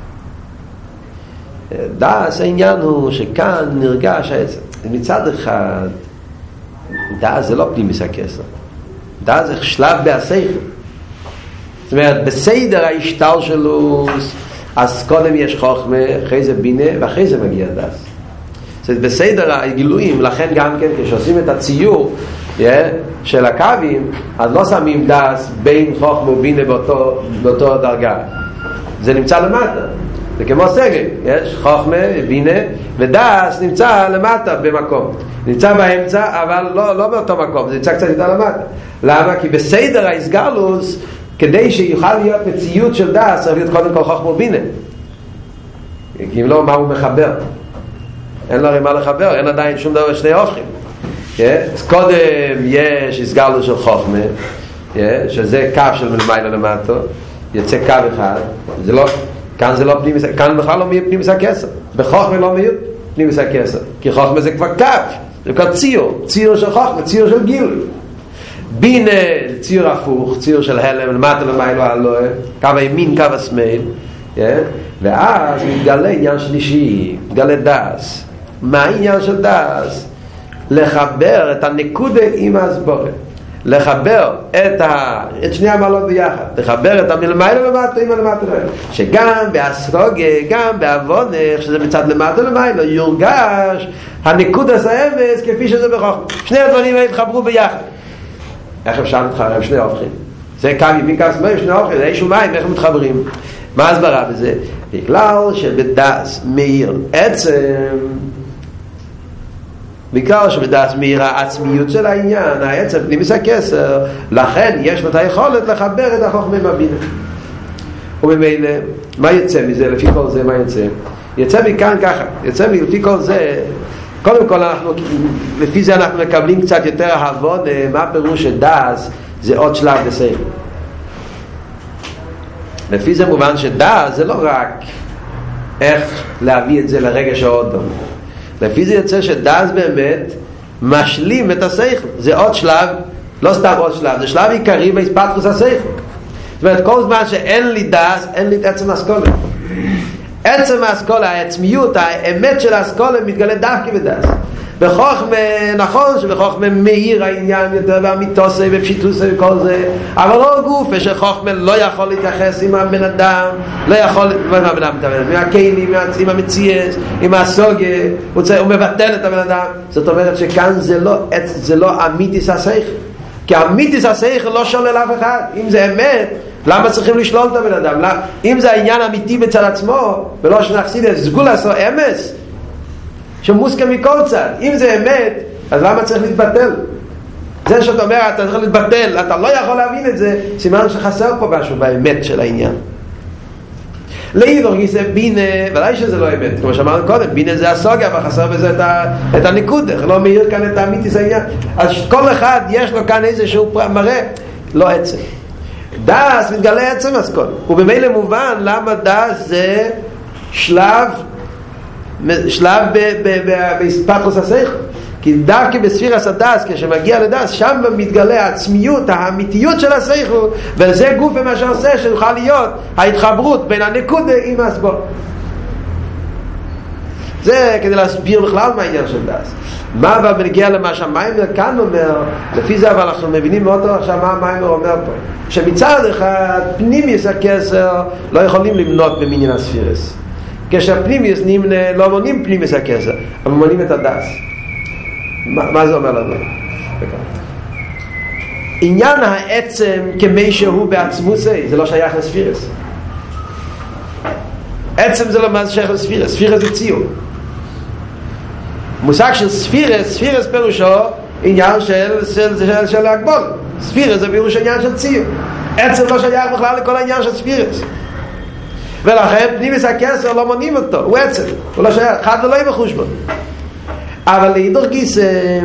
A: דס העניין הוא שכאן נרגש העצם. מצד אחד, דס זה לא פנימיס הכסר. דס זה שלב בהשכל. זאת אומרת, בסדר ההשתל שלו, אז קודם יש חוכמה, אחרי זה בינה, ואחרי זה מגיע דס. זאת אומרת, בסדר הגילויים, לכן גם כן, כשעושים את הציור yeah, של הקווים, אז לא שמים דס בין חוכמה ובינה באותו, באותו דרגה. זה נמצא למטה. זה כמו סגל, יש חוכמה, בינה, ודס נמצא למטה במקום, נמצא באמצע אבל לא, לא באותו מקום, זה נמצא קצת יותר למטה. למה? כי בסדר ההסגלוס, כדי שיוכל להיות מציאות של דס, צריך להיות קודם כל חוכמה ובינה, כי אם לא, מה הוא מחבר? אין לו הרי מה לחבר, אין עדיין שום דבר שני הופכים. אז קודם יש הסגלוס של חוכמה, שזה קו של מלמעלה למטה, יוצא קו אחד, זה לא, כאן זה לא פנימיס, כאן בכלל לא מי פנימיס הכסר, בחוכמה לא מי פנימיס הכסר, כי חוכמה זה כבר קו, זה כבר ציור, ציור של חוכמה, ציור של גיל. בינה ציור הפוך, ציור של הלם, למטה למעלה הלואה, קו הימין, קו השמאל, ואז מתגלה עניין שלישי, מתגלה דס. מה העניין של דס? לחבר את הנקודה עם ההסבורה, לחבר את, ה... את שני המעלות ביחד, לחבר את המלמעלה למטה עם המלמטה למעלה, שגם בהסרוגה, גם בעוונך, שזה מצד למטה למעלה, יורגש הנקודה האמס כפי שזה בחוכמה. שני הדברים האלה התחברו ביחד. איך אפשר להתחבר? שני הופכים, זה קו ימין קו שמאל, שני הופכים, זה איש ומים, איך הם מתחברים? מה ההסברה בזה? בגלל שבדס מאיר עצם, בגלל שבדס מאיר העצמיות של העניין, העצם פנימיס הכסר, לכן יש לו את היכולת לחבר את החוכמה עם הבינה. ובמילא, מה יצא מזה? לפי כל זה, מה יצא? יצא מכאן ככה, יצא לפי כל זה, קודם כל אנחנו, לפי זה אנחנו מקבלים קצת יותר הבון, מה פירוש שדס זה עוד שלב בסייך. לפי זה מובן שדס זה לא רק איך להביא את זה לרגש האודום, לפי זה יוצא שדס באמת משלים את השכל, זה עוד שלב, לא סתם עוד שלב, זה שלב עיקרי בהספתחוס השכל. זאת אומרת, כל זמן שאין לי דס, אין לי את עצם האסכולה. עצם האסכולה, העצמיות, האמת של האסכולה מתגלה דווקא בדס. בחוכמה, נכון שבחוכמה מאיר העניין יותר באמיתוסי ובפשיטוסי וכל זה, אבל לא גוף שחוכמה לא יכול להתייחס עם הבן אדם, לא יכול, לא עם הבן אדם מתאמן, עם הכלים, עם המציאס, עם הסוגה, הוא, הוא מבטל את הבן אדם. זאת אומרת שכאן זה לא, זה לא אמיתיס השכל, כי אמיתיס השכל לא שולל אף אחד. אם זה אמת, למה צריכים לשלול את הבן אדם? למה? אם זה העניין אמיתי בצד עצמו ולא שנחסיד את סגול עשו אמס שמוסכם מכל צד, אם זה אמת, אז למה צריך להתבטל? זה שאתה אומר אתה צריך להתבטל, אתה לא יכול להבין את זה, סימן שחסר פה משהו באמת של העניין. לאידור גיסא בינה, ודאי שזה לא אמת, כמו שאמרנו קודם, בינה זה הסוגיה, אבל חסר בזה את, ה, את הנקודה, לא מאיר כאן את האמיתיס העניין. אז כל אחד יש לו כאן איזשהו מראה, לא עצם. דס מתגלה עצם הסכול, ובמילא מובן למה דס זה שלב שלב בהספתחוס השכל, כי דווקא בספירס הדס, כשמגיע לדס, שם מתגלה העצמיות, האמיתיות של השכל, וזה גוף מה שעושה שיוכל להיות ההתחברות בין הנקודה עם הסבור. זה כדי להסביר בכלל מה העניין של דס. מה אבל בנגיע למה שהמיימר כאן אומר, לפי זה אבל אנחנו מבינים מאוד טוב עכשיו מה המיימר אומר פה, שמצד אחד פנימיוס הכסר לא יכולים למנות במניין הספירס, כשהפנימיוס נמנה לא מונים פנימיוס הכסר, אבל מונים את הדס. מה, מה זה אומר לנו? עניין העצם כמי שהוא בעצמוסי זה לא שייך לספירס. עצם זה לא מה זה שייך לספירס, ספירס זה ציור. מושג של ספירס, ספירס פירושו עניין של, של, של, של הגבול. ספירס זה פירוש עניין של ציור. עצם לא שייך בכלל לכל העניין של ספירס, ולכן פנימיוס הכסר לא מונים אותו, הוא עצם, הוא לא שייך, אחד לא יהיה בחושבון. אבל להידור גיסא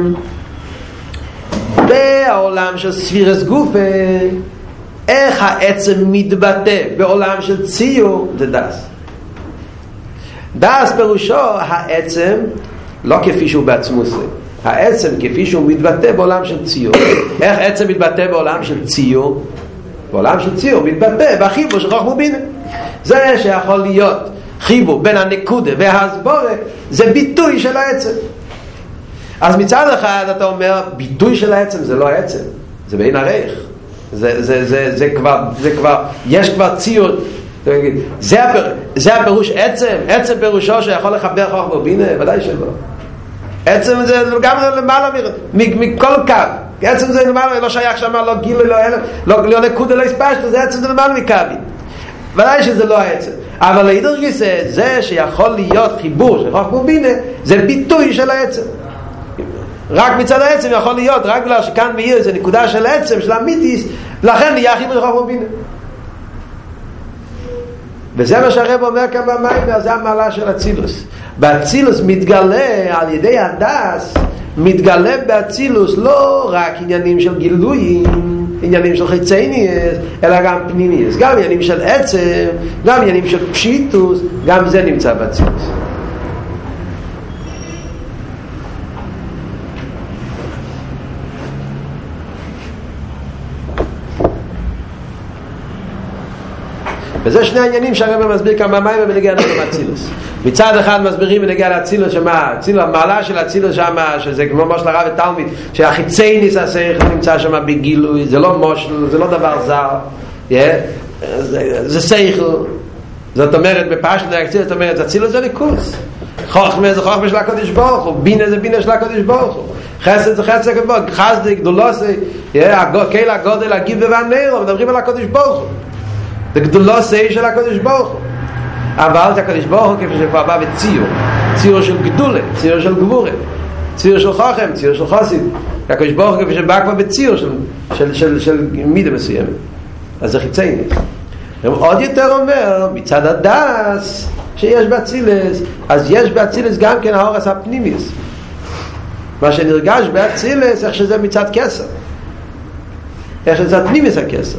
A: בעולם של ספירס גופה, איך העצם מתבטא בעולם של ציור, זה דס. דס פירושו העצם לא כפי שהוא בעצמו זה, העצם כפי שהוא מתבטא בעולם של ציור. איך עצם מתבטא בעולם של ציור? בעולם של ציור מתבטא בחיבור של חוכמה ובינה. זה שיכול להיות חיבור בין הנקודה וההסבורה, זה ביטוי של העצם. אז מצד אחד אתה אומר ביטוי של העצם זה לא העצם, זה בין הרייך, זה, זה, זה, זה כבר, זה כבר, יש כבר ציור. זה, הפר, זה הפירוש עצם. עצם פירושו שיכול לחבר חוכמה ובינה? ודאי שלא. עצם זה גם למעלה מכל קו. עצם זה למעלה, לא שייך שם, לא גיל, לא אלף, לא נקודה, לא הספשת, זה עצם זה למעלה מקווי. ודאי שזה לא העצם. אבל להידור גיסא, זה שיכול להיות חיבור של חוכמה ובינה, זה ביטוי של העצם. רק מצד העצם יכול להיות, רק בגלל שכאן מאיר זה נקודה של העצם, של המיתיס, לכן נהיה חיבור של חוכמה ובינה. וזה מה שהרב אומר כאן במים, זה המעלה של אצילוס. באצילוס מתגלה על ידי הדס, מתגלה באצילוס לא רק עניינים של גילויים, עניינים של חיצייניאס, אלא גם פנימיאס, גם עניינים של עצם, גם עניינים של פשיטוס, גם זה נמצא באצילוס. וזה שני העניינים שהרב מסביר כאן במים ובנגיע לאצילוס. מצד אחד מסבירים בנגיע לאצילוס שמה, המעלה של אצילוס שמה, שזה כמו מושל הרב ותלמיד, שהחיצייניס השכל נמצא שמה בגילוי, זה לא מושל, זה לא דבר זר, זה שכל. זאת אומרת, בפשט אצילוס, זאת אומרת, אצילוס זה ליכוס. חוכמה זה חוכמה של הקדוש ברוך הוא, בינה זה בינה של הקדוש ברוך הוא, חסד זה חסד הקדוש ברוך הוא, חסד גדולוסי, קהל הגודל הגיב והנרו, מדברים על הקדוש ברוך הוא. זה גדולוסי של הקדוש ברוך הוא. אבל זה הקדוש ברוך הוא כפי שכבר בא בציור, ציור של גדולה, ציור של גבורה, ציור של חוכם, ציור של חסיד. הקדוש ברוך הוא כפי שבא כבר בציור של, של, של, של מידה מסוימת. אז זה חיצייני. עוד יותר אומר, מצד הדס שיש באצילס, אז יש באצילס גם כן האורס הפנימיס. מה שנרגש באצילס, איך שזה מצד כסר. איך שזה פנימיס הכסר.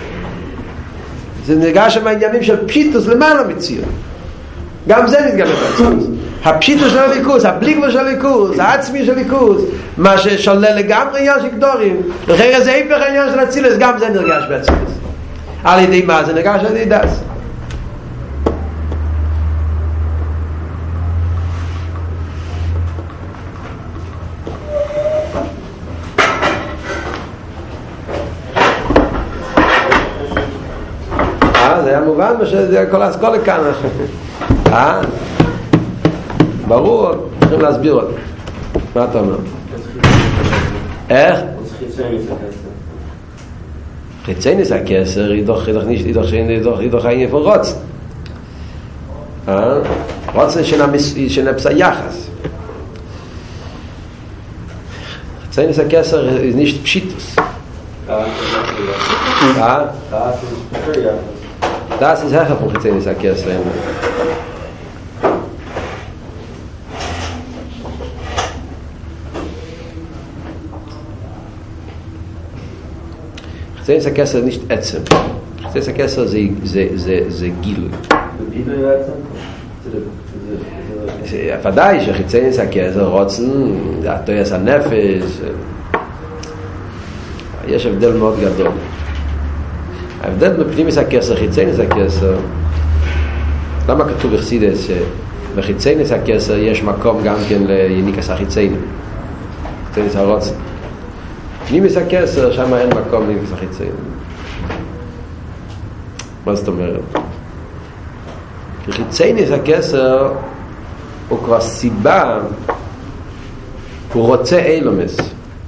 A: זה נרגש שם העניינים של פשיטוס למעלה מציור. גם זה נתגלה באצילוס. הפשיטוס של הליכוס, הבליגבו של הליכוס, העצמי של הליכוס, מה ששולל לגמרי עניין של גדורים, אחרי זה היפך העניין של אצילוס, גם זה נרגש באצילוס. על ידי מה זה נרגש? על ידי דס. זה היה מובן שזה כל האסכולה כאן. אה? ברור, צריכים להסביר עוד. מה אתה אומר? איך? חיצייניס הכסר ידוך העין איפה רוץ. רוץ שנפסה יחס. חיצייניס הכסר נישט פשיטוס. אה? Das ist Herr von Chitzenius HaKesser. Chitzenius HaKesser nicht Ätzem. Chitzenius HaKesser זה גילוי. גילוי בעצם? ודאי שחיצניס הכסר רוצן, זה הטויס הנפש. יש הבדל מאוד גדול. ההבדל בפנימיס הכסר, חיצייניס הכסר, למה כתוב בחסידס שבחיצייניס הכסר יש מקום גם כן ליניקס החיציינים, חיצייניס הרוצן. פנימיס הכסר, שם אין מקום ליניקס החיציינים. מה זאת אומרת? כי חיצייניס הכסר הוא כבר סיבה, הוא רוצה אילומס.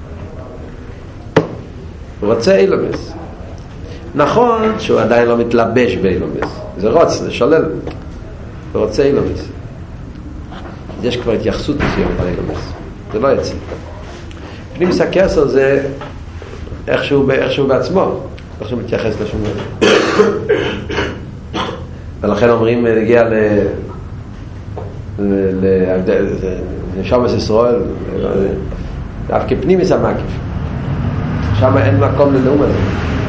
A: הוא רוצה אילומס. נכון שהוא עדיין לא מתלבש באילומס, זה רוץ, זה שולל, הוא רוצה אילומס. יש כבר התייחסות מסוימת על אילומס, זה לא יציב. פנימיס הכסר זה איכשהו, איכשהו בעצמו, איך שהוא מתייחס לשום דבר. ולכן אומרים נגיע ל... לשמש ישראל, אף כפנימיס המקיף, שם אין מקום לנאום הזה.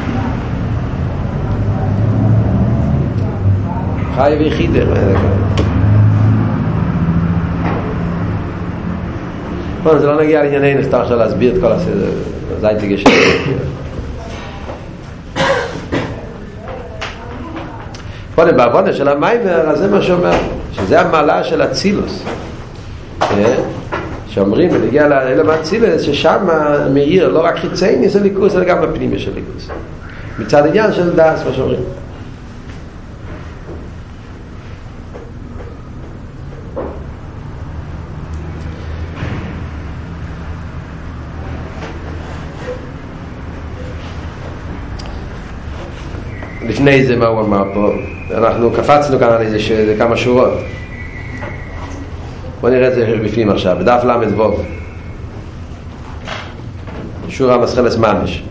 A: חי ויחידר. בואו, זה לא נגיע לענייני נסתר עכשיו להסביר את כל הסדר. זה הייתי גשם. בואו, בעבודה של המיימר, אז זה מה שאומר, שזה המעלה של אצילוס. שאומרים, ונגיע לאלם אצילוס, ששם מאיר לא רק חיצייני של ליכוס, אלא גם הפנימי של ליכוס. מצד עניין של דס, מה שאומרים. לפני זה מה הוא אמר פה. אנחנו קפצנו כאן על איזה ש... כמה שורות. בוא נראה את זה בפנים עכשיו, בדף למד ווב. שורה מסחלס ממש.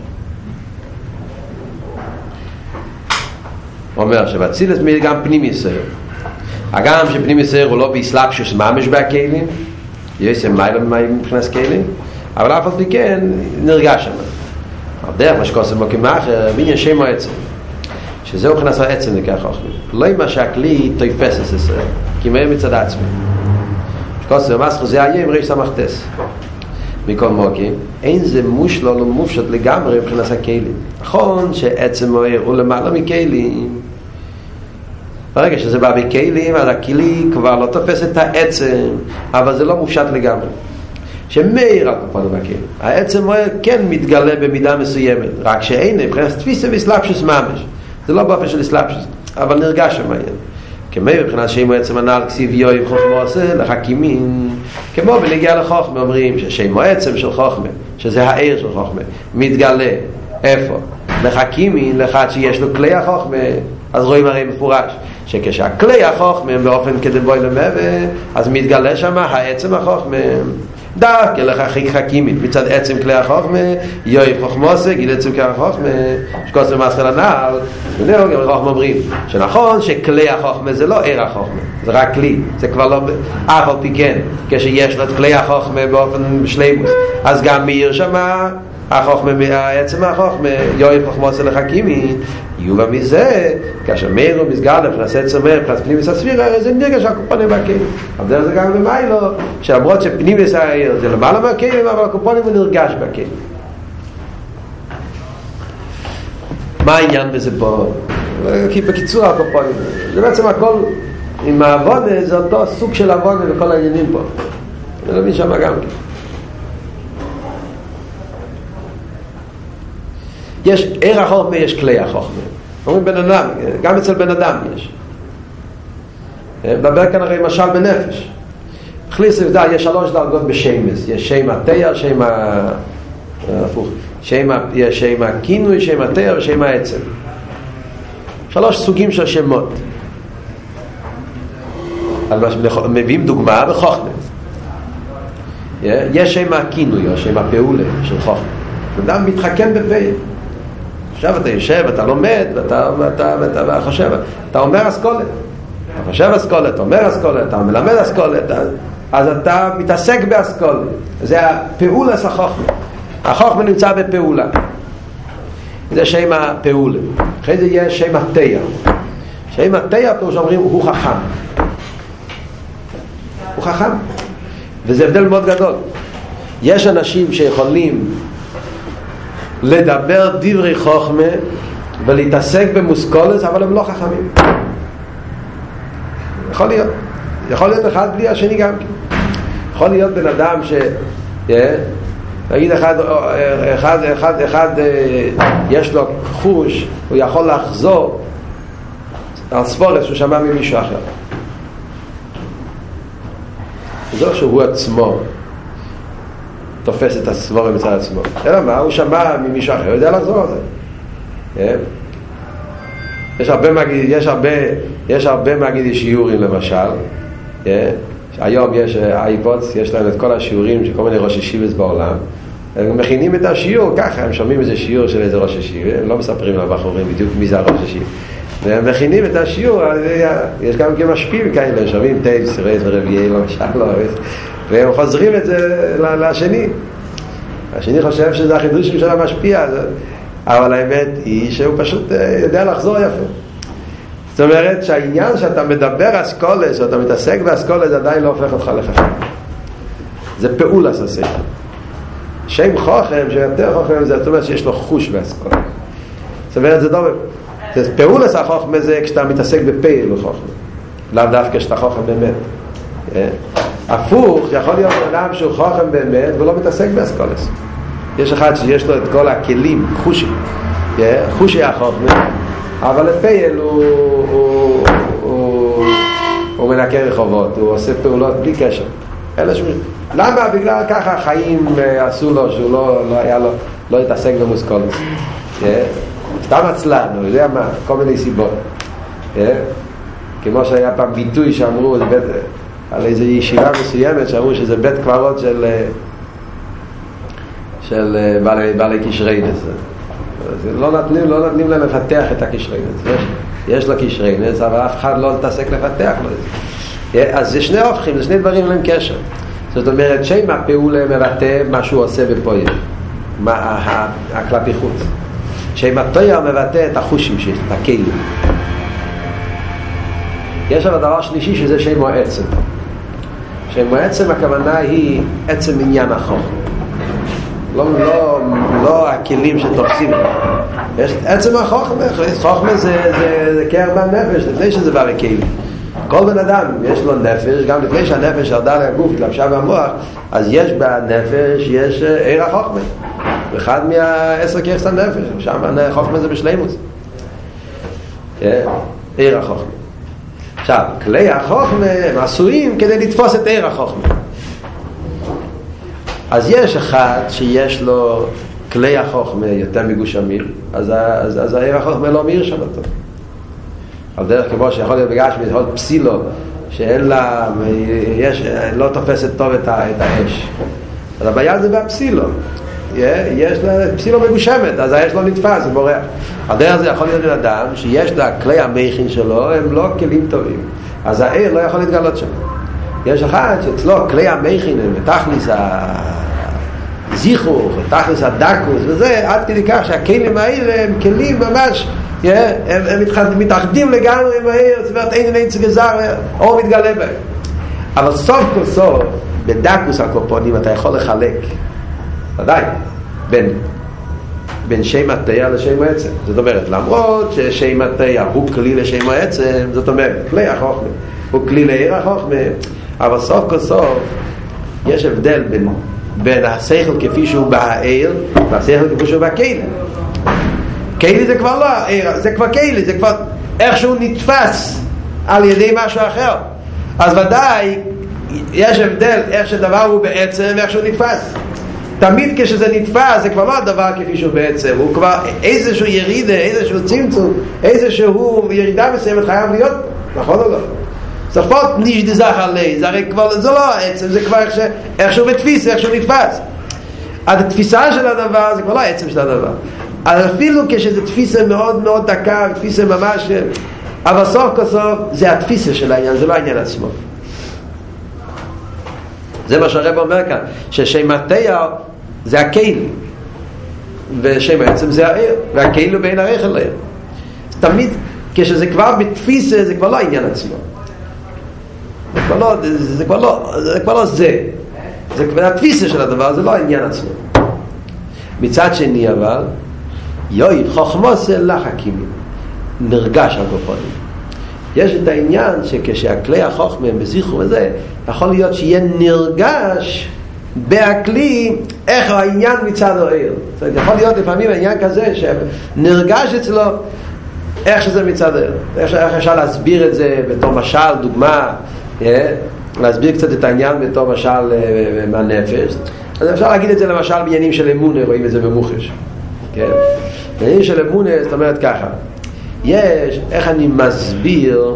A: הוא אומר שבצילס מי גם פנים יסר. הגם שפנים יסר הוא לא בהסלאפשוס ממש בהכלים, יש מיילה מבחינת כלים, אבל אף על פי כן נרגש שם. על דרך מה שקוסם בו כמאחר, בניין שם העצם. שזהו כנס העצם לכך חוכמים. לא מה שהכלי תופס את זה, כי מהר מצד עצמי. שקוסם במסחר זה היה עם ריש סמכתס. מכל מוקים, אין זה מושלול ומופשט לגמרי מבחינת הכלים. נכון שעצם מוער הוא למעלה מכלים. ברגע שזה בא בכלים, אז הכלי כבר לא תופס את העצם, אבל זה לא מופשט לגמרי. שמאיר על קופון בכלים. העצם מוער כן מתגלה במידה מסוימת, רק שאין, מבחינת תפיסה וסלאפשוס ממש. זה לא באופן של סלאפשוס, אבל נרגש שמעניין. כמו מבחינת שם עצם הנעל כסיב יויב חוכמה עושה לחכימים, כמו בנגיע לחוכמה אומרים ששם עצם של חוכמה, שזה העיר של חוכמה, מתגלה איפה? לחכימים, לאחד שיש לו כלי החוכמה. אז רואים הרי מפורש שכשהכלי החוכמה באופן כדבוי למבה, אז מתגלה שם העצם החוכמה. דווקא לחכימים מצד עצם כלי החוכמה, יויב חוכמה עושה גיל עצם כלי החוכמה, שקוסם במסחר הנעל. ונראה גם החוכמה אומרים שנכון שכלי החוכמה זה לא עיר החוכמה, זה רק כלי, זה כבר לא אף על פי כן כשיש לו את כלי החוכמה באופן שלימוס, אז גם מאיר שמה החוכמה, העצם החוכמה, יויב חוכמה עושה לחכימים. יובה מזה, כאשר מאיר הוא מסגר לפנס עצם מאיר, פנס פנימיס הספירה, זה נרגש הקופונים מהכלים. אבל דרך זה גם במיילו, שלמרות שפנימיס העיר זה למעלה מהכלים, אבל הקופונים הוא נרגש בכלים. מה העניין בזה פה? כי בקיצור הקופונים, זה בעצם הכל, עם העבודה, זה אותו סוג של עבודה וכל העניינים פה. אני לא מבין שמה גם כן. יש עיר החוכמה, יש כלי החוכמה. אומרים בן אדם, גם אצל בן אדם יש. מדבר כאן הרי משל בנפש. הכניס לבדה, יש שלוש דרגות בשמס. יש שם התאר, שם הפוך. יש שם הכינוי, שם התאר ושם העצם. שלוש סוגים של שמות. מביאים דוגמה בחוכמה. יש שם הכינוי, או שם הפעולה של חוכמה. אדם מתחכם בפעיל. עכשיו אתה יושב, אתה לומד, ואתה, ואתה, ואתה, ואתה חושב, אתה אומר אסכולת, אתה חושב אסכולת, אתה אומר אסכולת, אתה מלמד אסכולת, אז, אז אתה מתעסק באסכולת. זה הפעולה של החוכמה. החוכמה נמצא בפעולה. זה שם הפעולה. אחרי זה יש שם התאר. שם התאר, כמו שאומרים, הוא חכם. הוא חכם. וזה הבדל מאוד גדול. יש אנשים שיכולים לדבר דברי חוכמה ולהתעסק במושכולת, אבל הם לא חכמים. יכול להיות. יכול להיות אחד בלי השני גם. יכול להיות בן אדם ש... נגיד אחד, אחד, אחד, אחד יש לו חוש, הוא יכול לחזור על ספורס שהוא שמע ממישהו אחר. זה שהוא עצמו תופס את הסבורה מצד עצמו. אלא מה? הוא שמע ממישהו אחר, הוא יודע לחזור על זה. יש הרבה מגיד, יש הרבה, יש הרבה מגיד שיעורים למשל. היום יש אייפודס, יש להם את כל השיעורים של כל מיני ראש ישיבות בעולם. הם מכינים את השיעור ככה, הם שומעים איזה שיעור של איזה ראש ישיבה, הם לא מספרים לבחורים בדיוק מי זה הראש ישיבה. והם מכינים את השיעור, יש גם כמשפיעים כאלה, שומעים טייב, סירס ורביעי, למשל, והם חוזרים את זה לשני. השני חושב שזה החידושים של המשפיע, אבל האמת היא שהוא פשוט יודע לחזור יפה. זאת אומרת שהעניין שאתה מדבר אסכולת, שאתה מתעסק באסכולת, זה עדיין לא הופך אותך לחכם. זה פעולה עשה. שם חוכם, שיותר חוכם, זה זאת אומרת שיש לו חוש באסכולת. זאת אומרת, זה דומה. זה פעולה עשה חוכם זה כשאתה מתעסק בפעיל חוכם. לאו דווקא כשאתה חוכם באמת. הפוך, יכול להיות אדם שהוא חוכם באמת ולא מתעסק באסכולת. יש אחד שיש לו את כל הכלים, חושי. חושי החוכם. אבל לפעיל הוא, הוא, הוא, הוא מנקה רחובות, הוא עושה פעולות בלי קשר. אלה שמיד. למה? בגלל ככה החיים עשו לו, שהוא לא, לא היה לו, לא התעסק במושכולת. סתם עצלן, לא יודע מה, כל מיני סיבות. כמו שהיה פעם ביטוי שאמרו על איזו ישיבה מסוימת, שאמרו שזה בית קברות של של בעלי, בעלי קשרי נס. לא נתנים, לא נתנים להם לפתח את הקשרי נס. יש, יש לו קשרי נס, אבל אף אחד לא מתעסק לפתח לו את זה. אז זה שני הופכים, זה שני דברים להם קשר. זאת אומרת, שם הפעולה מבטא מה שהוא עושה בפועל. מה הכלפי חוץ. שם התויר מבטא את החושים שלו, את הכלים. יש אבל דבר שלישי שזה שם העצם. שם העצם הכוונה היא עצם עניין החוכמה. לא, לא, לא הכלים שתופסים. יש עצם החוכמה. חוכמה זה, זה, זה קר בנפש, לפני שזה בא לכלים. כל בן אדם יש לו נפש, גם לפני שהנפש ירדה לגוף, התלבשה במוח, אז יש בנפש, יש עיר החוכמה. אחד מהעשר כיחס הנפש, שם החוכמה זה בשלימוס. עיר החוכמה. עכשיו, כלי החוכמה הם עשויים כדי לתפוס את עיר החוכמה. אז יש אחד שיש לו כלי החוכמה יותר מגושמים, אז, אז, אז העיר החוכמה לא מאיר שם אותו. על דרך כמו שיכול להיות בגשמי, יכול להיות פסילו, שאין לה, יש, לא תופסת טוב את, ה, את האש. אז הבעיה זה בפסילו. יש לה פסילו מגושמת, אז האש לא נתפס, זה בורח. על דרך זה יכול להיות אדם שיש לה כלי המכין שלו, הם לא כלים טובים. אז העיר לא יכול להתגלות שם. יש אחד שאצלו כלי המכין הם בתכליס הזיכוך, בתכליס הדקוס וזה, עד כדי כך שהכלים האלה הם כלים ממש, הם, הם מתאחדים לגמרי עם העיר, זאת אומרת אין אין צגזר, או מתגלה בהם. אבל סוף כל סוף, בדקוס הקופונים אתה יכול לחלק, ודאי, בין, בין שם התאיה לשם העצם. זאת אומרת, למרות ששם התאיה הוא כלי לשם העצם, זאת אומרת, כלי החוכמה, הוא כלי לעיר החוכמה, אבל סוף כל סוף יש הבדל בין, בין השכל כפי שהוא בעיר והשכל כפי שהוא בכלי. כלי זה כבר לא העיר, זה כבר כלי, זה כבר איכשהו נתפס על ידי משהו אחר. אז ודאי יש הבדל איך שדבר הוא בעצם ואיכשהו נתפס. תמיד כשזה נתפס זה כבר לא הדבר כפי שהוא בעצם, הוא כבר איזשהו ירידה, איזשהו צמצום, איזשהו ירידה מסוימת חייב להיות, נכון או לא? ספות נשדזך עלי, זה הרי כבר, זה לא העצם, זה כבר איך, ש, איך שהוא בתפיס, איך שהוא נתפס. התפיסה של הדבר זה כבר לא העצם של הדבר. אז אפילו כשזה תפיסה מאוד מאוד דקה, תפיסה ממש, אבל סוף כל סוף זה התפיסה של העניין, זה לא העניין עצמו. זה מה שהרב אומר כאן, ששם התאיה זה הכלי, ושם העצם זה העיר, והכלי בין הרכל לעיר. תמיד כשזה כבר בתפיסה זה כבר לא העניין עצמו. זה כבר לא זה כבר לא זה כבר לא זה זה כבר התפיסה של הדבר, זה לא העניין עצמו. מצד שני אבל יוי חוכמוס לחכימים נרגש הקופונים. יש את העניין שכשהכלי החוכמה הם בזיכרו וזה, יכול להיות שיהיה נרגש בהכלי איך העניין מצד העיר. זאת אומרת, יכול להיות לפעמים העניין כזה שנרגש אצלו איך שזה מצד העיר. איך אפשר להסביר את זה בתור משל, דוגמה, להסביר קצת את העניין בתור משל מהנפש. אז אפשר להגיד את זה למשל בעניינים של אמונה, רואים את זה במוחש. בעניינים של אמונה, זאת אומרת ככה, יש, איך אני מסביר,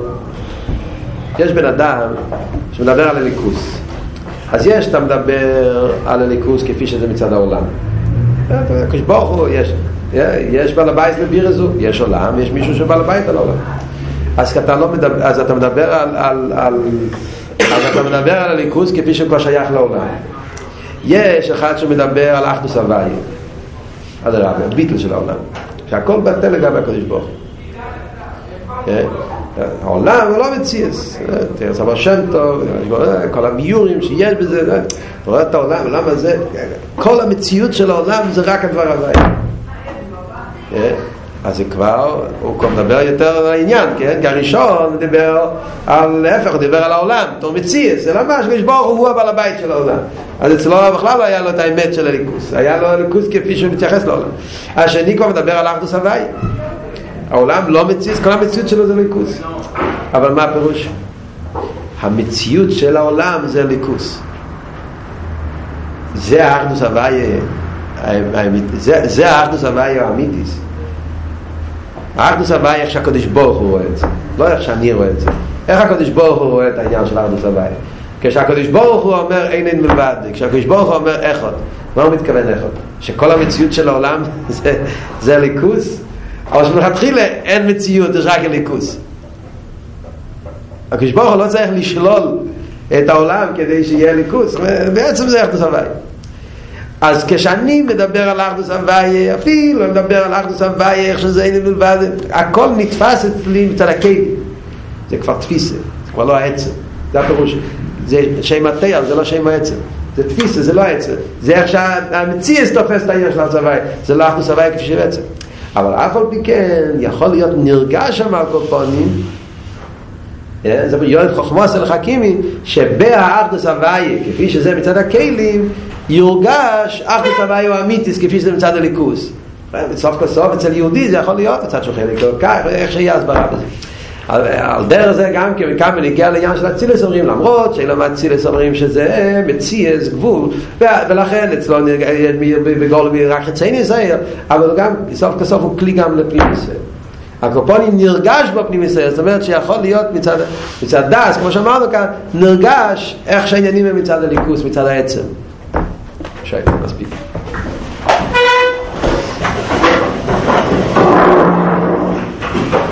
A: יש בן אדם שמדבר על הליכוס. אז יש, אתה מדבר על הליכוס כפי שזה מצד העולם. כשברוך הוא, יש, יש בעל הבית לביר הזו, יש עולם, יש מישהו שבעל הבית על העולם. אז אתה, לא מדבר, אז אתה מדבר על, על, על, אז אתה מדבר על הליכוס כפי שכבר שייך לעולם. יש אחד שמדבר על אחדוס הוויה, על הרב, הביטל של העולם, שהכל בטל לגבי הקדוש ברוך הוא. העולם הוא לא מציאס, תראה סבא שם טוב, כל המיורים שיש בזה, אתה רואה את העולם, העולם הזה, כל המציאות של העולם זה רק הדבר הוויה. אז זה כבר, הוא כבר מדבר יותר על העניין, כן? כי הראשון דיבר על להפך, הוא דיבר על העולם, תור מציאס, זה ממש, כשברוך הוא הבעל הבית של העולם. אז אצלו בכלל לא היה לו את האמת של הליכוס, היה לו הליכוס כפי שהוא מתייחס לעולם. השני כבר מדבר על אחדוס הוויה. העולם לא מציאס, כל המציאות שלו זה ליכוס. אבל מה הפירוש? המציאות של העולם זה ליכוס. זה האחדוס הוויה, זה, זה האחדוס הוויה האמיתיס. האחדוס הוויה איך שהקדוש ברוך הוא רואה את זה, לא איך שאני רואה את זה. איך הקדוש ברוך הוא רואה את העניין של האחדוס הוויה? כשהקדוש ברוך הוא אומר אין אין מלבד, כשהקדוש ברוך הוא אומר אחד, מה הוא מתכוון אחד? שכל המציאות של העולם זה, זה ליכוס? אבל שמלכתחילה אין מציאות, יש רק ליכוס. הקדוש ברוך הוא לא צריך לשלול את העולם כדי שיהיה ליכוס, בעצם זה אחדוס הוויה. אז כשאני מדבר על אחדוס הוויה, אפילו מדבר על אחדוס הוויה איך שזה אין מלבד, הכל נתפס אצלי מצד הכלים, זה כבר תפיסה, זה כבר לא העצם, זה הפירוש. זה שם התיאל, זה לא שם העצם, זה תפיסה, זה לא העצם, זה איך שהמציאס תופס את העניין של האחדוס הוויה, זה לא אחדוס הוויה כפי שבעצם. אבל אף על פי כן יכול להיות נרגש שם על קופונים, זה יורד חוכמוס אל חכימי, שבאחדוס הוויה כפי שזה מצד הכלים יורגש אחדוס הוויה הוא אמיתיס כפי שזה מצד הליכוס. בסוף כסוף אצל יהודי זה יכול להיות מצד שוחל כך, איך שיהיה הסברה בזה. על, על דרך זה גם כמה נגיע לעניין של הצילס אומרים, למרות שאלה מהצילס אומרים שזה מציאס גבול, ולכן אצלו בגול רק חצייני ישראל, אבל גם בסוף כסוף הוא כלי גם לפנים ישראל. הקופונים נרגש בפנים ישראל, זאת אומרת שיכול להיות מצד, מצד דס, כמו שאמרנו כאן, נרגש איך שהעניינים הם מצד הליכוס, מצד העצם. שי, מספיק.